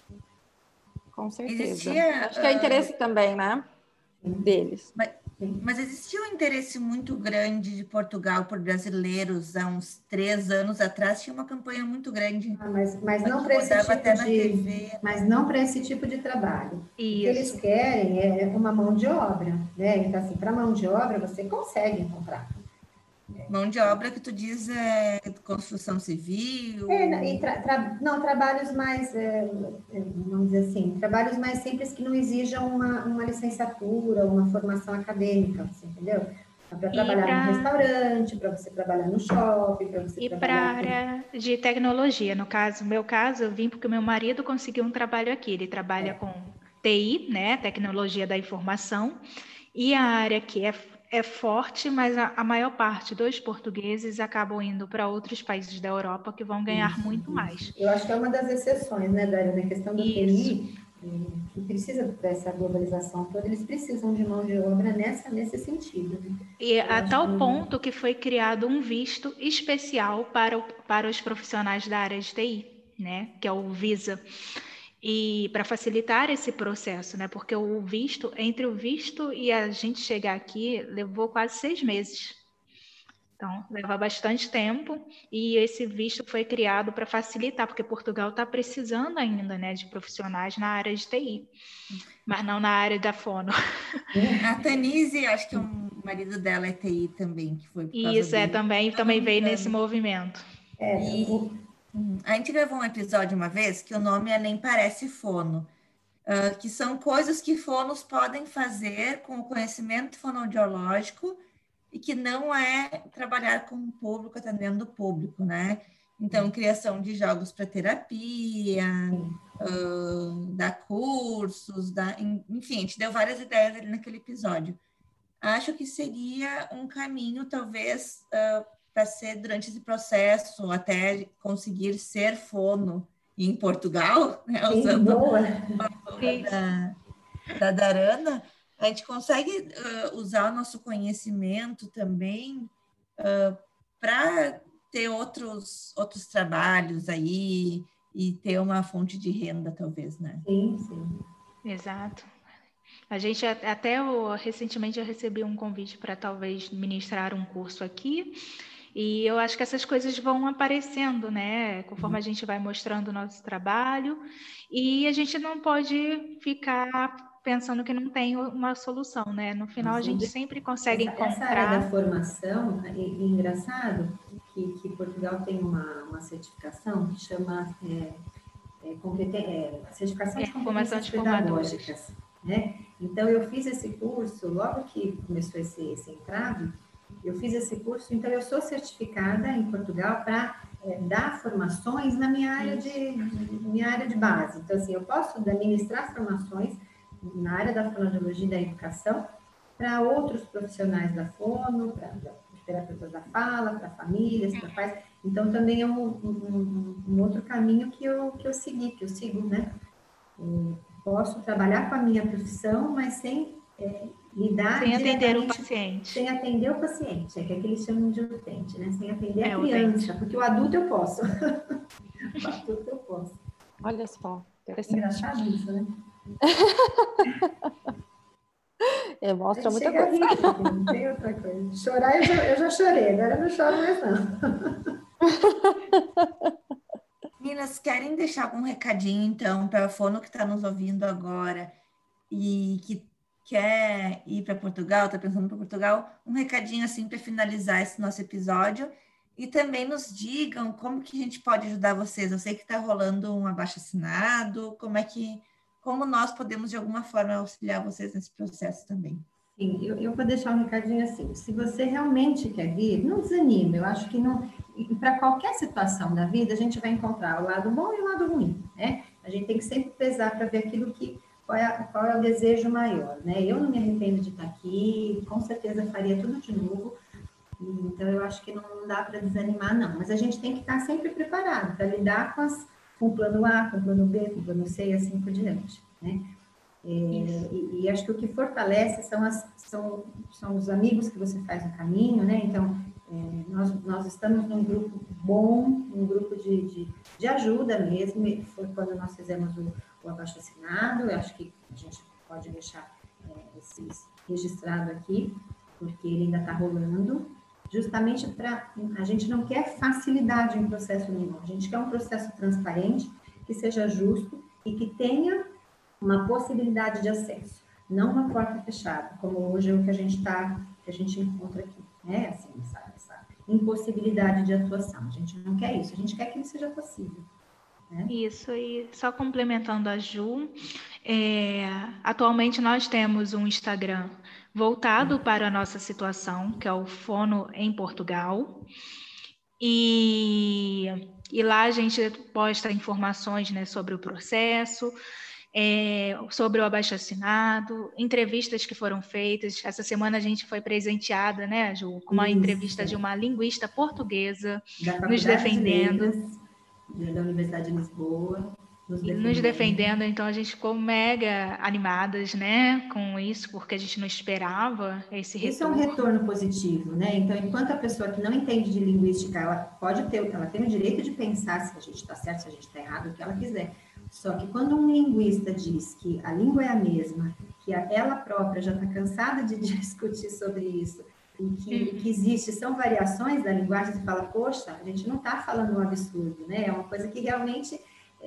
Com certeza. Acho que é interesse também, né? Deles. Mas existia um interesse muito grande de Portugal por brasileiros há uns 3 anos atrás, tinha uma campanha muito grande. Mas não para esse tipo mas não para esse tipo de trabalho. Isso. O que eles querem é uma mão de obra, né? Então, assim, para mão de obra você consegue encontrar. Mão de obra que tu diz é construção civil? Não, trabalhos mais, vamos dizer assim, trabalhos mais simples que não exijam uma licenciatura, uma formação acadêmica, você entendeu? Para trabalhar no restaurante, para você trabalhar no shopping, para você trabalhar... para a área de tecnologia. No meu caso, eu vim porque meu marido conseguiu um trabalho aqui. Ele trabalha com TI, né, tecnologia da informação, e a área que é forte, mas a maior parte dos portugueses acabam indo para outros países da Europa que vão ganhar muito mais. Eu acho que é uma das exceções, né, Dária, na questão do TI, que precisa dessa globalização toda, eles precisam de mão de obra nesse sentido. Né? E a tal ponto que foi criado um visto especial para os profissionais da área de TI, né, que é o Visa. E para facilitar esse processo, né? Porque entre o visto e a gente chegar aqui, levou quase 6 meses. Então, leva bastante tempo e esse visto foi criado para facilitar, porque Portugal está precisando ainda, né, de profissionais na área de TI, mas não na área da fono. A Tanise, acho que o marido dela é TI também, que foi por causa Isso, também veio nesse movimento. A gente gravou um episódio uma vez que o nome é Nem Parece Fono, que são coisas que fonos podem fazer com o conhecimento fonoaudiológico e que não é trabalhar com o público, atendendo o público, né? Então, criação de jogos para terapia, dar cursos, enfim, a gente deu várias ideias ali naquele episódio. Acho que seria um caminho, talvez, para ser durante esse processo, até conseguir ser fono em Portugal, né? Usando da Darana, a gente consegue usar o nosso conhecimento também para ter outros trabalhos aí e ter uma fonte de renda, talvez, né? Sim. Exato. A gente recentemente eu recebi um convite para talvez ministrar um curso aqui, e eu acho que essas coisas vão aparecendo, né? Conforme a gente vai mostrando o nosso trabalho, e a gente não pode ficar pensando que não tem uma solução, né? No final, a gente sempre consegue encontrar... Essa área da formação, é engraçado que Portugal tem uma certificação que chama certificação de competências pedagógicas, né? Então, eu fiz esse curso, logo que começou esse entrave, eu fiz esse curso, então eu sou certificada em Portugal para dar formações na minha área de base. Então, assim, eu posso administrar formações na área da fonoaudiologia e da educação para outros profissionais da fono, para terapeutas da fala, para famílias, para pais. Então, também é um outro caminho que eu sigo, né? Posso trabalhar com a minha profissão, mas sem lidar sem atender o paciente. Sem atender o paciente, que é que eles chamam de utente, né? Sem atender a criança, porque o adulto eu posso. O adulto eu posso. Olha só, interessante. Engraçado isso, né? Mostra muita coisa. Não tem outra coisa. Chorar, eu já chorei, agora eu não choro mais não. Meninas, querem deixar algum recadinho, então, para a fono que está nos ouvindo agora e que quer ir para Portugal, está pensando para Portugal, um recadinho assim para finalizar esse nosso episódio. E também nos digam como que a gente pode ajudar vocês. Eu sei que está rolando um abaixo-assinado, como nós podemos, de alguma forma, auxiliar vocês nesse processo também. Sim, eu vou deixar um recadinho assim. Se você realmente quer vir, não desanime. Eu acho que para qualquer situação da vida, a gente vai encontrar o lado bom e o lado ruim, né? A gente tem que sempre pesar para ver qual é o desejo maior, né? Eu não me arrependo de estar aqui, com certeza faria tudo de novo. Então, eu acho que não dá para desanimar, não. Mas a gente tem que estar sempre preparado para lidar com o plano A, com o plano B, com o plano C e assim por diante, né? E acho que o que fortalece são os amigos que você faz no caminho, né? Então, nós estamos num grupo bom, um grupo de ajuda mesmo. Foi quando nós fizemos o abaixo-assinado. Eu acho que a gente pode deixar registrado aqui, porque ele ainda está rolando. Justamente a gente não quer facilidade em processo nenhum, a gente quer um processo transparente, que seja justo e que tenha uma possibilidade de acesso, não uma porta fechada, como hoje é o que a gente encontra aqui, né? Assim, essa impossibilidade de atuação. A gente não quer isso, a gente quer que isso seja possível. Né? Isso, e só complementando a Ju, atualmente nós temos um Instagram voltado para a nossa situação, que é o Fono em Portugal, e lá a gente posta informações, né, sobre o processo, sobre o abaixo-assinado, entrevistas que foram feitas. Essa semana a gente foi presenteada, né, Ju, com uma entrevista de uma linguista portuguesa, nos defendendo. Da Universidade de Lisboa, nos defendendo. Então a gente ficou mega animadas, né, com isso, porque a gente não esperava esse retorno. Isso é um retorno positivo, né? Então, enquanto a pessoa que não entende de linguística, ela tem o direito de pensar se a gente está certo, se a gente está errado, o que ela quiser. Só que quando um linguista diz que a língua é a mesma, que ela própria já está cansada de discutir sobre isso, e que existe, são variações da linguagem, você fala, poxa, a gente não está falando um absurdo, né? É uma coisa que realmente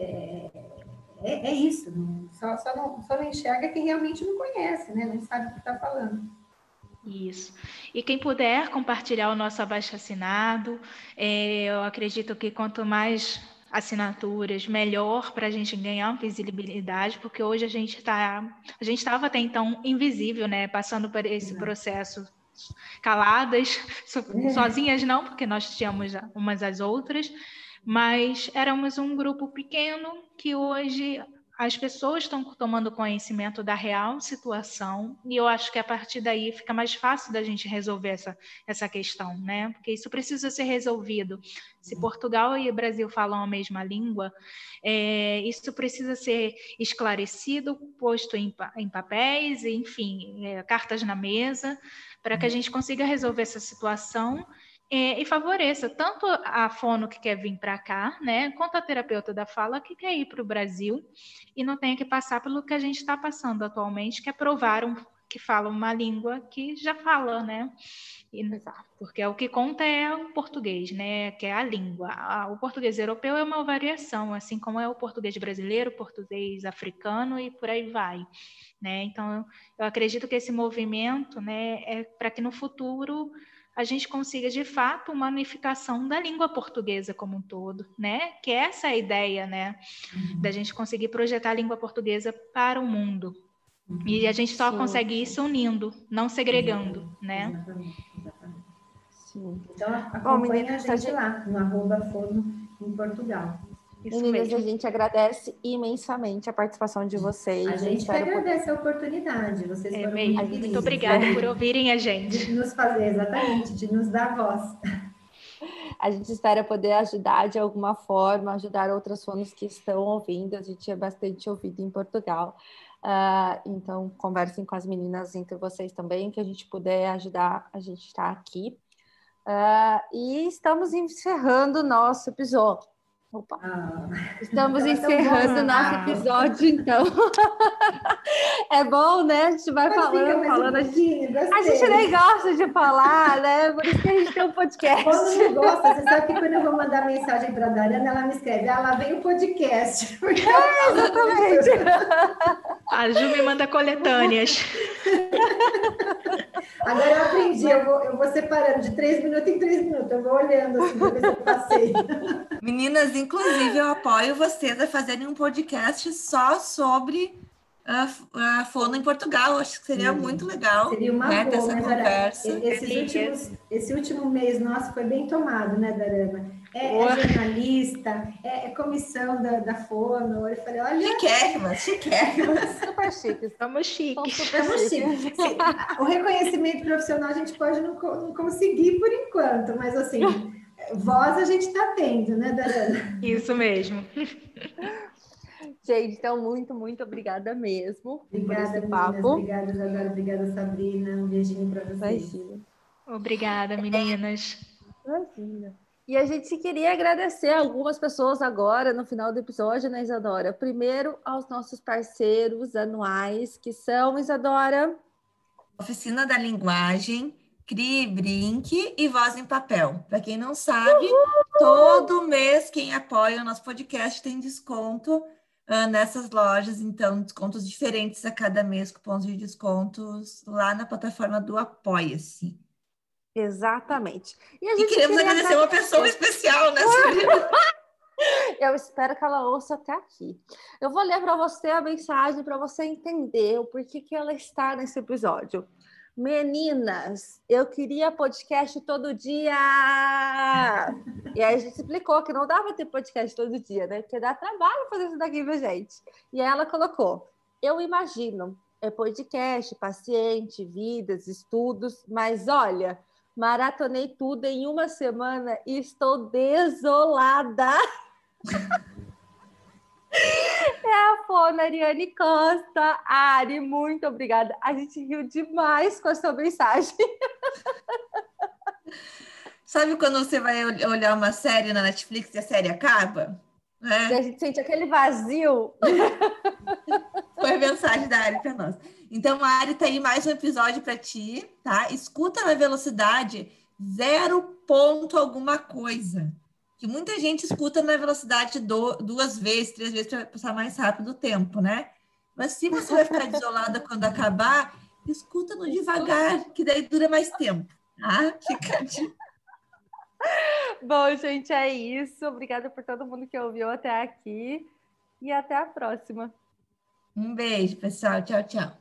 é isso, só não enxerga quem realmente não conhece, né? Não sabe o que está falando. Isso. E quem puder compartilhar o nosso abaixo-assinado, eu acredito que quanto mais assinaturas, melhor para a gente ganhar visibilidade, porque hoje a gente estava até então invisível, né? Passando por esse processo caladas, sozinhas não, porque nós tínhamos umas às outras, mas éramos um grupo pequeno que hoje as pessoas estão tomando conhecimento da real situação, e eu acho que a partir daí fica mais fácil da gente resolver essa questão, né? Porque isso precisa ser resolvido. Se Portugal e Brasil falam a mesma língua, isso precisa ser esclarecido, posto em papéis, enfim, cartas na mesa, para que a gente consiga resolver essa situação e favoreça tanto a fono que quer vir para cá, né, quanto a terapeuta da fala que quer ir para o Brasil e não tenha que passar pelo que a gente está passando atualmente, que é provar que fala uma língua que já fala, né? Porque o que conta é o português, né? Que é a língua. O português europeu é uma variação, assim como é o português brasileiro, o português africano e por aí vai. Né? Então, eu acredito que esse movimento, né, é para que no futuro a gente consiga, de fato, uma unificação da língua portuguesa como um todo, né? Que é essa a ideia, né? Da gente conseguir projetar a língua portuguesa para o mundo. E a gente só consegue isso unindo, não segregando, né? Exatamente. Sim. Então, acompanha a gente lá, no @fono em Portugal. Meninas, a gente agradece imensamente a participação de vocês. A gente que agradece a oportunidade. Vocês foram muito obrigada por ouvirem a gente. De nos fazer, exatamente, de nos dar voz. A gente espera poder ajudar de alguma forma, ajudar outras fonos que estão ouvindo. A gente é bastante ouvido em Portugal. Então, conversem com as meninas entre vocês também, que a gente puder ajudar, a gente está aqui. E estamos encerrando o nosso episódio. Estamos encerrando o nosso episódio, então. É bom, né? A gente vai falando. A gente nem gosta de falar, né? Por isso que a gente tem um podcast. Quando não gosta, você sabe que quando eu vou mandar mensagem para a Dariana, ela me escreve, lá vem o podcast. Exatamente. A Ju me manda coletâneas. Agora eu aprendi, eu vou separando de 3 minutos em 3 minutos, eu vou olhando assim para ver se eu passei. Meninas, inclusive, eu apoio vocês a fazerem um podcast só sobre a fono em Portugal. Eu acho que seria muito legal. Seria uma né, boa, ter essa mas olha, conversa. esse último mês nosso foi bem tomado, né, Darana? É jornalista, é comissão da Fono. Eu falei, olha... Chiquérrimas. Super chiques. Estamos chiques. Estamos chiques. O reconhecimento profissional a gente pode não conseguir por enquanto, mas assim, voz a gente está tendo, né, Darana? Isso mesmo. Gente, então, muito, muito obrigada mesmo. Obrigada, por esse meninas. papo. Obrigada, Isadora. Obrigada, Sabrina. Um beijinho para vocês. Imagina. Obrigada, meninas. Imagina. E a gente queria agradecer algumas pessoas agora, no final do episódio, né, Isadora? Primeiro, aos nossos parceiros anuais, que são, Isadora... Oficina da Linguagem, Crie Brinque e Voz em Papel. Para quem não sabe, todo mês quem apoia o nosso podcast tem desconto nessas lojas, então descontos diferentes a cada mês, cupons de descontos lá na plataforma do Apoia-se. Exatamente. E queremos agradecer uma pessoa especial, né, Sabrina? Eu espero que ela ouça até aqui. Eu vou ler para você a mensagem para você entender o porquê que ela está nesse episódio. Meninas, eu queria podcast todo dia! E aí a gente explicou que não dá para ter podcast todo dia, né? Porque dá trabalho fazer isso daqui, viu, gente? E aí ela colocou, eu imagino, é podcast, paciente, vidas, estudos, mas olha, maratonei tudo em uma semana e estou desolada! É a Fono Ariane Costa. Ari, muito obrigada. A gente riu demais com a sua mensagem. Sabe quando você vai olhar uma série na Netflix e a série acaba? E a gente sente aquele vazio. Foi a mensagem da Ari para nós. Então, a Ari, tá aí mais um episódio para ti, tá? Escuta na velocidade 0 ponto alguma coisa. Que muita gente escuta na velocidade 2 vezes, 3 vezes para passar mais rápido o tempo, né? Mas se você vai ficar desolada quando acabar, escuta no devagar, que daí dura mais tempo, tá? Fica de... Bom, gente, é isso. Obrigada por todo mundo que ouviu até aqui. E até a próxima. Um beijo, pessoal. Tchau, tchau.